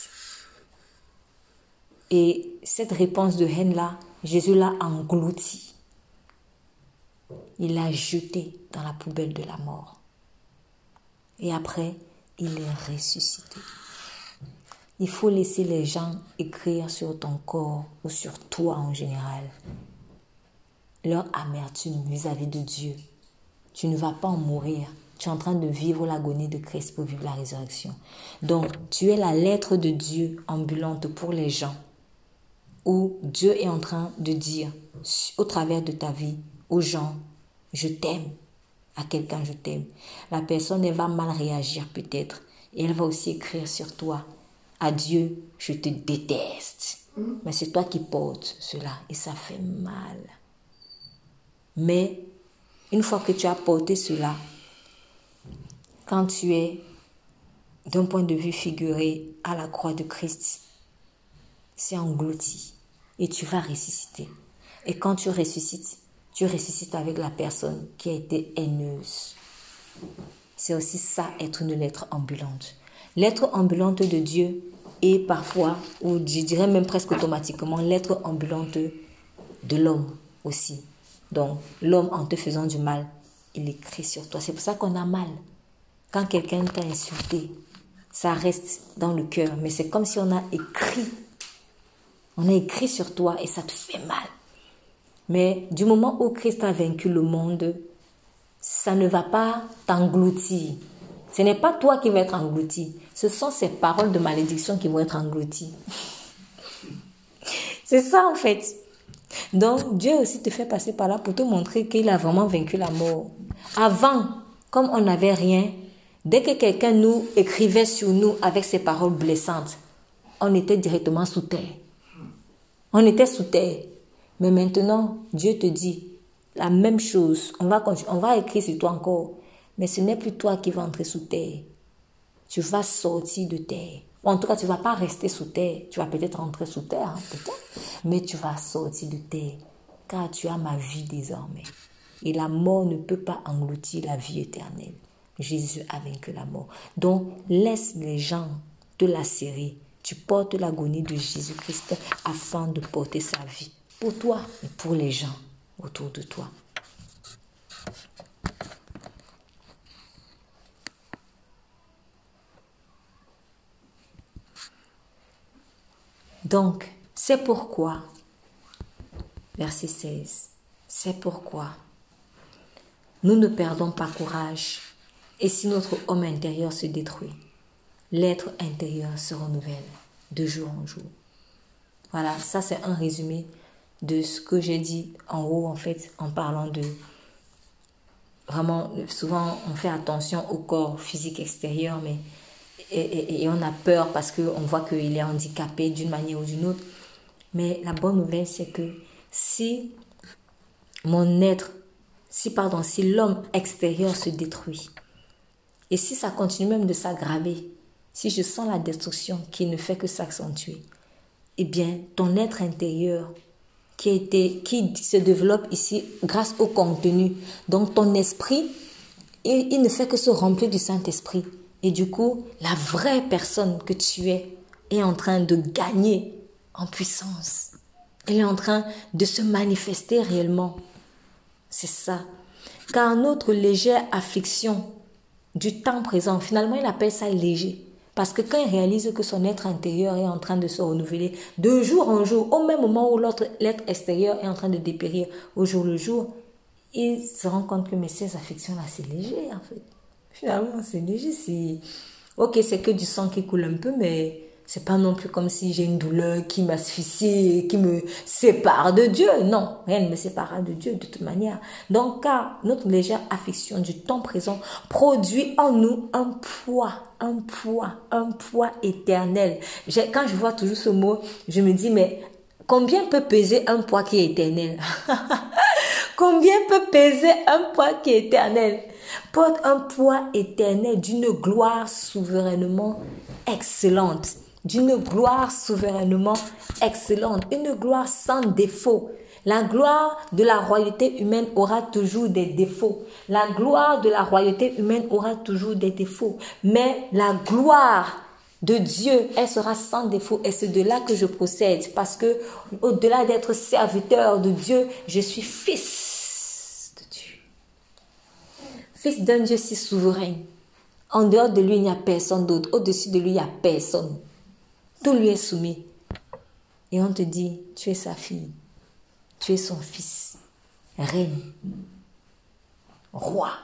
Et cette réponse de haine-là, Jésus l'a engloutie. Il l'a jeté dans la poubelle de la mort. Et après, il est ressuscité. Il faut laisser les gens écrire sur ton corps ou sur toi en général leur amertume vis-à-vis de Dieu. Tu ne vas pas en mourir. Tu es en train de vivre l'agonie de Christ pour vivre la résurrection. Donc, tu es la lettre de Dieu ambulante pour les gens, où Dieu est en train de dire, au travers de ta vie, aux gens, je t'aime. À quelqu'un, je t'aime. La personne, elle va mal réagir peut-être. Et elle va aussi écrire sur toi, à Dieu, je te déteste. Mais c'est toi qui portes cela et ça fait mal. Mais, une fois que tu as porté cela, quand tu es, d'un point de vue figuré, à la croix de Christ, c'est englouti et tu vas ressusciter. Et quand tu ressuscites avec la personne qui a été haineuse. C'est aussi ça, être une lettre ambulante. Lettre ambulante de Dieu, est parfois, ou je dirais même presque automatiquement, l'être ambulant de l'homme aussi. Donc, l'homme, en te faisant du mal, il écrit sur toi. C'est pour ça qu'on a mal. Quand quelqu'un t'a insulté, ça reste dans le cœur. Mais c'est comme si on a écrit sur toi et ça te fait mal. Mais du moment où Christ a vaincu le monde, ça ne va pas t'engloutir. Ce n'est pas toi qui vas être englouti. Ce sont ces paroles de malédiction qui vont être englouties. C'est ça en fait. Donc Dieu aussi te fait passer par là pour te montrer qu'il a vraiment vaincu la mort. Avant, comme on n'avait rien, dès que quelqu'un nous écrivait sur nous avec ses paroles blessantes, on était directement sous terre. On était sous terre. Mais maintenant, Dieu te dit la même chose. On va écrire sur toi encore. Mais ce n'est plus toi qui vas entrer sous terre. Tu vas sortir de terre. En tout cas, tu ne vas pas rester sous terre. Tu vas peut-être rentrer sous terre, hein, peut-être. Mais tu vas sortir de terre. Car tu as ma vie désormais. Et la mort ne peut pas engloutir la vie éternelle. Jésus a vaincu la mort. Donc, laisse les gens te lacérer. Tu portes l'agonie de Jésus-Christ afin de porter sa vie. Pour toi et pour les gens autour de toi. Donc, c'est pourquoi, verset 16, c'est pourquoi nous ne perdons pas courage. Et si notre homme intérieur se détruit, l'être intérieur se renouvelle de jour en jour. Voilà, ça c'est un résumé de ce que j'ai dit en haut, en fait, en parlant de... Vraiment, souvent, on fait attention au corps physique extérieur, mais... Et on a peur parce qu'on voit qu'il est handicapé d'une manière ou d'une autre. Mais la bonne nouvelle, c'est que si l'homme extérieur se détruit, et si ça continue même de s'aggraver, si je sens la destruction qui ne fait que s'accentuer, eh bien, ton être intérieur qui se développe ici grâce au contenu, donc ton esprit, il ne fait que se remplir du Saint-Esprit. Et du coup, la vraie personne que tu es est en train de gagner en puissance. Elle est en train de se manifester réellement. C'est ça. Car notre légère affliction du temps présent, finalement, il appelle ça léger. Parce que quand il réalise que son être intérieur est en train de se renouveler de jour en jour, au même moment où l'être extérieur est en train de dépérir au jour le jour, il se rend compte que mais ces afflictions-là, c'est léger en fait. Finalement, c'est léger. Ok, c'est que du sang qui coule un peu, mais c'est pas non plus comme si j'ai une douleur qui m'asphyxie et qui me sépare de Dieu. Non, rien ne me séparera de Dieu de toute manière. Donc, car notre légère affliction du temps présent produit en nous un poids éternel. Quand je vois toujours ce mot, je me dis, mais combien peut peser un poids qui est éternel? Combien peut peser un poids qui est éternel? Porte un poids éternel d'une gloire souverainement excellente. D'une gloire souverainement excellente. Une gloire sans défaut. La gloire de la royauté humaine aura toujours des défauts. La gloire de la royauté humaine aura toujours des défauts. Mais la gloire de Dieu, elle sera sans défaut. Et c'est de là que je procède. Parce que au-delà d'être serviteur de Dieu, je suis fils de Dieu. Fils d'un Dieu si souverain. En dehors de lui, il n'y a personne d'autre. Au-dessus de lui, il n'y a personne. Tout lui est soumis. Et on te dit, tu es sa fille. Tu es son fils. Reine. Roi.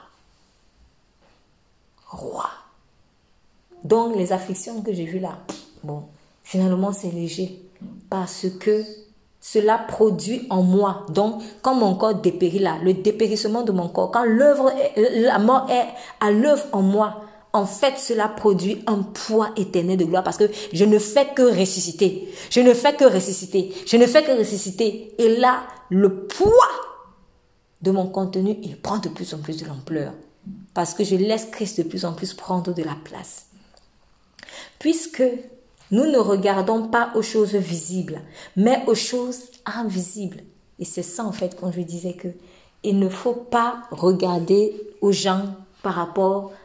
Roi. Donc, les afflictions que j'ai vues là, bon, finalement, c'est léger. Parce que cela produit en moi. Donc, quand mon corps dépérit là, le dépérissement de mon corps, quand la mort est à l'œuvre en moi, en fait, cela produit un poids éternel de gloire parce que je ne fais que ressusciter. Je ne fais que ressusciter. Je ne fais que ressusciter. Et là, le poids de mon contenu, il prend de plus en plus de l'ampleur. Parce que je laisse Christ de plus en plus prendre de la place. Puisque nous ne regardons pas aux choses visibles, mais aux choses invisibles. Et c'est ça, en fait, quand je disais que il ne faut pas regarder aux gens par rapport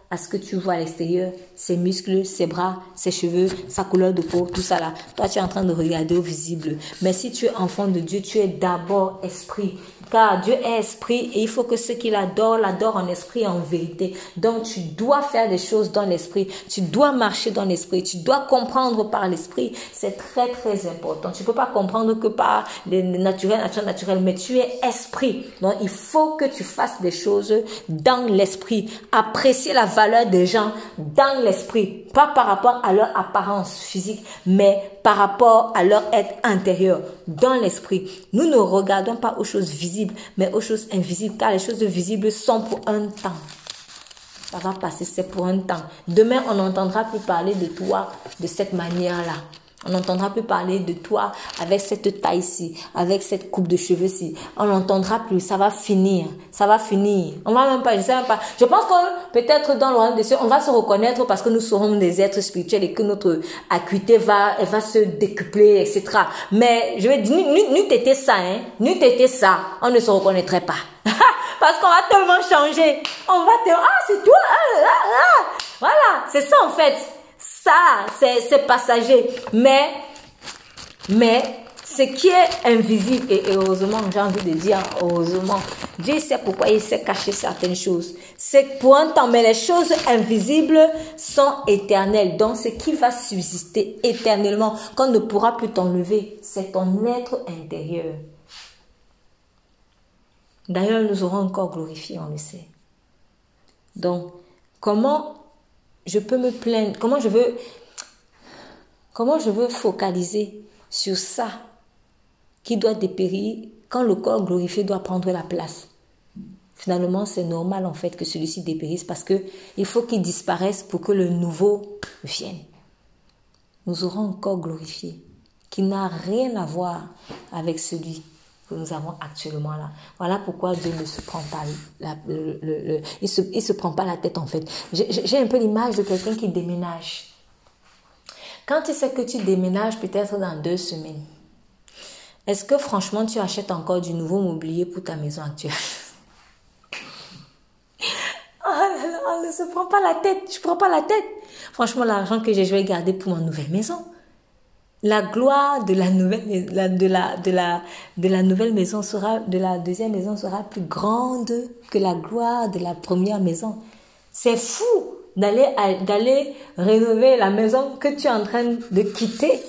à ce que tu vois à l'extérieur, ses muscles, ses bras, ses cheveux, sa couleur de peau, tout ça là. Toi, tu es en train de regarder au visible. Mais si tu es enfant de Dieu, tu es d'abord esprit. Car Dieu est esprit et il faut que ceux qui l'adorent en esprit et en vérité. Donc, tu dois faire des choses dans l'esprit. Tu dois marcher dans l'esprit. Tu dois comprendre par l'esprit. C'est très, très important. Tu ne peux pas comprendre que par le naturel, mais tu es esprit. Donc, il faut que tu fasses des choses dans l'esprit. Apprécier la valeur des gens dans l'esprit. Pas par rapport à leur apparence physique, mais par rapport à leur être intérieur, dans l'esprit. Nous ne regardons pas aux choses visibles, mais aux choses invisibles, car les choses visibles sont pour un temps. Ça va passer, c'est pour un temps. Demain, on n'entendra plus parler de toi de cette manière-là. On n'entendra plus parler de toi avec cette taille-ci, avec cette coupe de cheveux-ci. On n'entendra plus, ça va finir. Ça va finir. On va même pas, je sais même pas. Je pense que peut-être dans le royaume des cieux, on va se reconnaître parce que nous serons des êtres spirituels et que notre acuité va se décupler, etc. Mais je vais dire, n'eût été ça, hein. N'eût été ça, on ne se reconnaîtrait pas. Parce qu'on va tellement changer. On va tellement, ah, c'est toi, Voilà, c'est ça en fait. Ça, c'est passager. Mais, ce qui est invisible, et heureusement, j'ai envie de dire, heureusement, Dieu sait pourquoi il sait cacher certaines choses. C'est pour un temps, mais les choses invisibles sont éternelles. Donc, ce qui va subsister éternellement, qu'on ne pourra plus t'enlever, c'est ton être intérieur. D'ailleurs, nous aurons encore glorifié, on le sait. Donc, comment je peux me plaindre, comment je veux focaliser sur ça qui doit dépérir quand le corps glorifié doit prendre la place. Finalement, c'est normal en fait que celui-ci dépérisse parce que il faut qu'il disparaisse pour que le nouveau vienne. Nous aurons un corps glorifié qui n'a rien à voir avec celui que nous avons actuellement là. Voilà pourquoi Dieu ne se prend pas il se prend pas la tête en fait. J'ai un peu l'image de quelqu'un qui déménage. Quand tu sais que tu déménages peut-être dans 2 semaines, est-ce que franchement tu achètes encore du nouveau mobilier pour ta maison actuelle? On ne se prend pas la tête. Je prends pas la tête. Franchement, l'argent que je vais garder pour ma nouvelle maison. La gloire de la nouvelle maison sera, de la deuxième maison sera plus grande que la gloire de la première maison. C'est fou d'aller rénover la maison que tu es en train de quitter.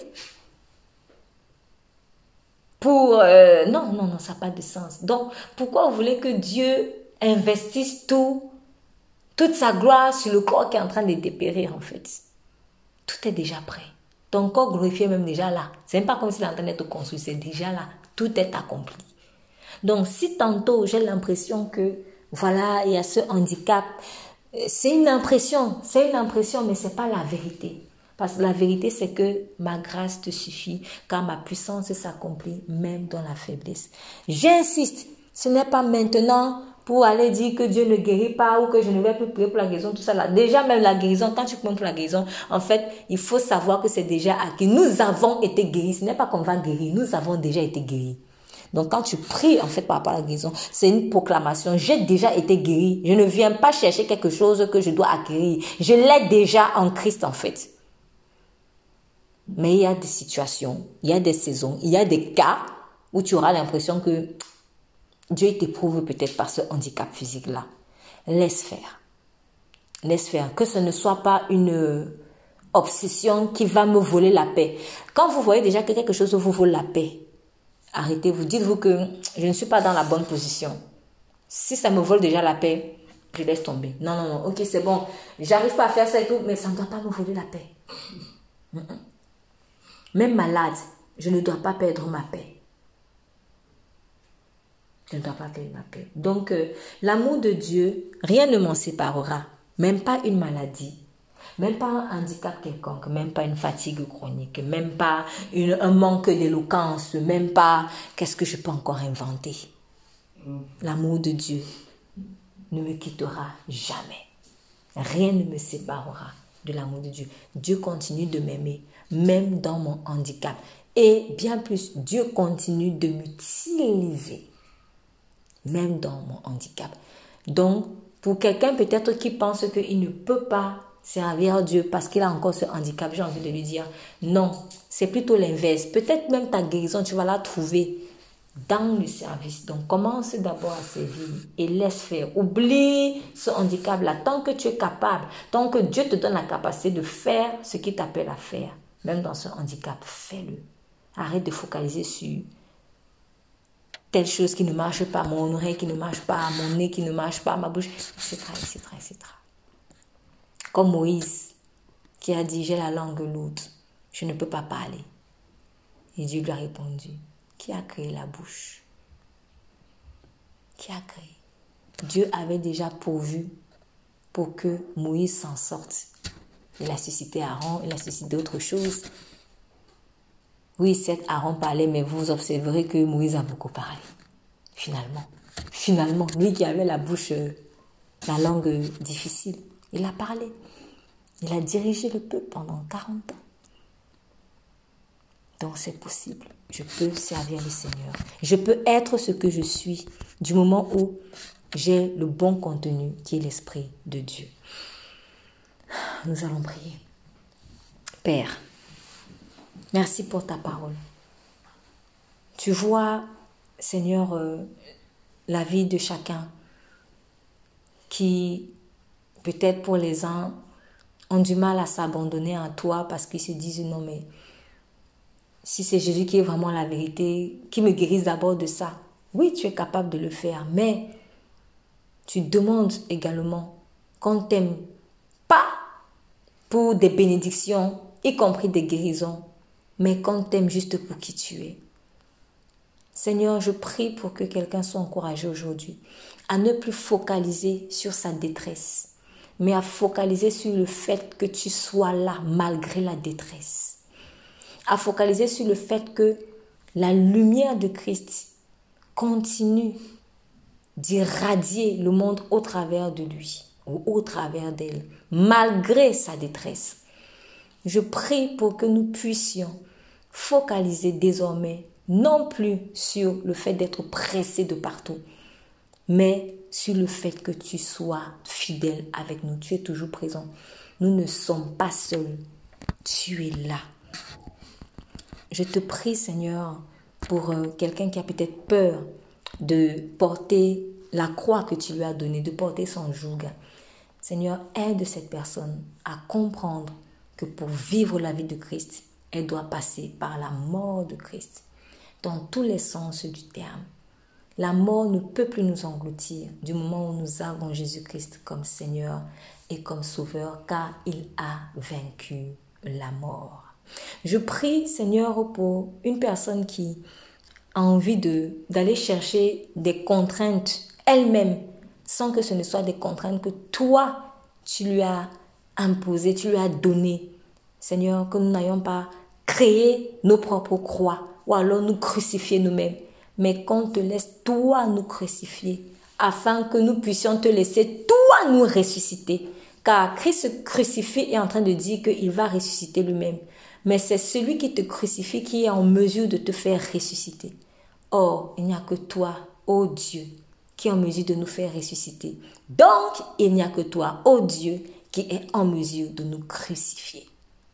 Non, ça n'a pas de sens. Donc, pourquoi vous voulez que Dieu investisse toute sa gloire sur le corps qui est en train de dépérir en fait? Tout est déjà prêt. Ton corps glorifié est même déjà là. C'est même pas comme s'il est en train d'être construit, c'est déjà là. Tout est accompli. Donc, si tantôt j'ai l'impression que, voilà, il y a ce handicap, c'est une impression, mais c'est pas la vérité. Parce que la vérité, c'est que ma grâce te suffit, car ma puissance s'accomplit même dans la faiblesse. J'insiste, ce n'est pas maintenant pour aller dire que Dieu ne guérit pas ou que je ne vais plus prier pour la guérison, tout ça là. Déjà, même la guérison, quand tu pries pour la guérison, en fait, il faut savoir que c'est déjà acquis. Nous avons été guéris. Ce n'est pas qu'on va guérir. Nous avons déjà été guéris. Donc, quand tu pries, en fait, par rapport à la guérison, c'est une proclamation. J'ai déjà été guéri. Je ne viens pas chercher quelque chose que je dois acquérir. Je l'ai déjà en Christ, en fait. Mais il y a des situations, il y a des saisons, il y a des cas où tu auras l'impression que Dieu t'éprouve peut-être par ce handicap physique-là. Laisse faire. Laisse faire. Que ce ne soit pas une obsession qui va me voler la paix. Quand vous voyez déjà que quelque chose vous vole la paix, arrêtez-vous. Dites-vous que je ne suis pas dans la bonne position. Si ça me vole déjà la paix, je laisse tomber. Non. Ok, c'est bon. J'arrive pas à faire ça et tout, mais ça ne doit pas me voler la paix. Même malade, je ne dois pas perdre ma paix. Je ne dois pas perdre ma paix. Donc, l'amour de Dieu, rien ne m'en séparera. Même pas une maladie. Même pas un handicap quelconque. Même pas une fatigue chronique. Même pas un manque d'éloquence. Même pas qu'est-ce que je peux encore inventer. L'amour de Dieu ne me quittera jamais. Rien ne me séparera de l'amour de Dieu. Dieu continue de m'aimer. Même dans mon handicap. Et bien plus, Dieu continue de m'utiliser. Même dans mon handicap. Donc, Pour quelqu'un peut-être qui pense qu'il ne peut pas servir Dieu parce qu'il a encore ce handicap, j'ai envie de lui dire non, c'est plutôt l'inverse. Peut-être même ta guérison, tu vas la trouver dans le service. Donc, commence d'abord à servir et laisse faire. Oublie ce handicap-là. Tant que tu es capable, tant que Dieu te donne la capacité de faire ce qu'il t'appelle à faire, même dans ce handicap, fais-le. Arrête de focaliser sur telle chose qui ne marche pas, mon oreille qui ne marche pas, mon nez qui ne marche pas, ma bouche, etc., etc., etc. Comme Moïse qui a dit, j'ai la langue lourde, je ne peux pas parler. Et Dieu lui a répondu, qui a créé la bouche? Qui a créé? Dieu avait déjà pourvu pour que Moïse s'en sorte. Il a suscité Aaron, il a suscité d'autres choses. Oui, certes, Aaron parlait, mais vous observerez que Moïse a beaucoup parlé. Finalement, lui qui avait la bouche, la langue difficile, il a parlé. Il a dirigé le peuple pendant 40 ans. Donc c'est possible. Je peux servir le Seigneur. Je peux être ce que je suis du moment où j'ai le bon contenu qui est l'Esprit de Dieu. Nous allons prier. Père, merci pour ta parole. Tu vois, Seigneur, la vie de chacun qui, peut-être pour les uns, ont du mal à s'abandonner à toi parce qu'ils se disent non mais si c'est Jésus qui est vraiment la vérité, qui me guérisse d'abord de ça. Oui, tu es capable de le faire, mais tu demandes également qu'on t'aime pas pour des bénédictions, y compris des guérisons, mais qu'on t'aime juste pour qui tu es. Seigneur, je prie pour que quelqu'un soit encouragé aujourd'hui à ne plus focaliser sur sa détresse, mais à focaliser sur le fait que tu sois là malgré la détresse. À focaliser sur le fait que la lumière de Christ continue d'irradier le monde au travers de lui ou au travers d'elle, malgré sa détresse. Je prie pour que nous puissions focaliser désormais non plus sur le fait d'être pressés de partout, mais sur le fait que tu sois fidèle avec nous. Tu es toujours présent. Nous ne sommes pas seuls. Tu es là. Je te prie, Seigneur, pour quelqu'un qui a peut-être peur de porter la croix que tu lui as donnée, de porter son joug. Seigneur, aide cette personne à comprendre que pour vivre la vie de Christ, elle doit passer par la mort de Christ, dans tous les sens du terme. La mort ne peut plus nous engloutir du moment où nous avons Jésus-Christ comme Seigneur et comme Sauveur, car il a vaincu la mort. Je prie, Seigneur, pour une personne qui a envie d'aller chercher des contraintes elle-même, sans que ce ne soit des contraintes que toi, tu lui as imposées, tu lui as données. Seigneur, que nous n'ayons pas créé nos propres croix ou alors nous crucifier nous-mêmes, mais qu'on te laisse toi nous crucifier afin que nous puissions te laisser toi nous ressusciter. Car Christ crucifié est en train de dire qu'il va ressusciter lui-même. Mais c'est celui qui te crucifie qui est en mesure de te faire ressusciter. Or, il n'y a que toi, ô Dieu, qui est en mesure de nous faire ressusciter. Donc, il n'y a que toi, ô Dieu, qui est en mesure de nous crucifier.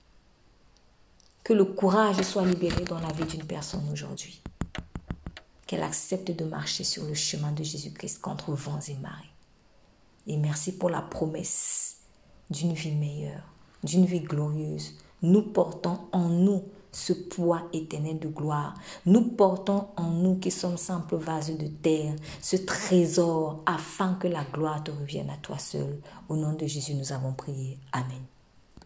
Que le courage soit libéré dans la vie d'une personne aujourd'hui. Qu'elle accepte de marcher sur le chemin de Jésus-Christ contre vents et marées. Et merci pour la promesse d'une vie meilleure, d'une vie glorieuse. Nous portons en nous ce poids éternel de gloire. Nous portons en nous qui sommes simples vases de terre, ce trésor afin que la gloire te revienne à toi seul. Au nom de Jésus, nous avons prié. Amen.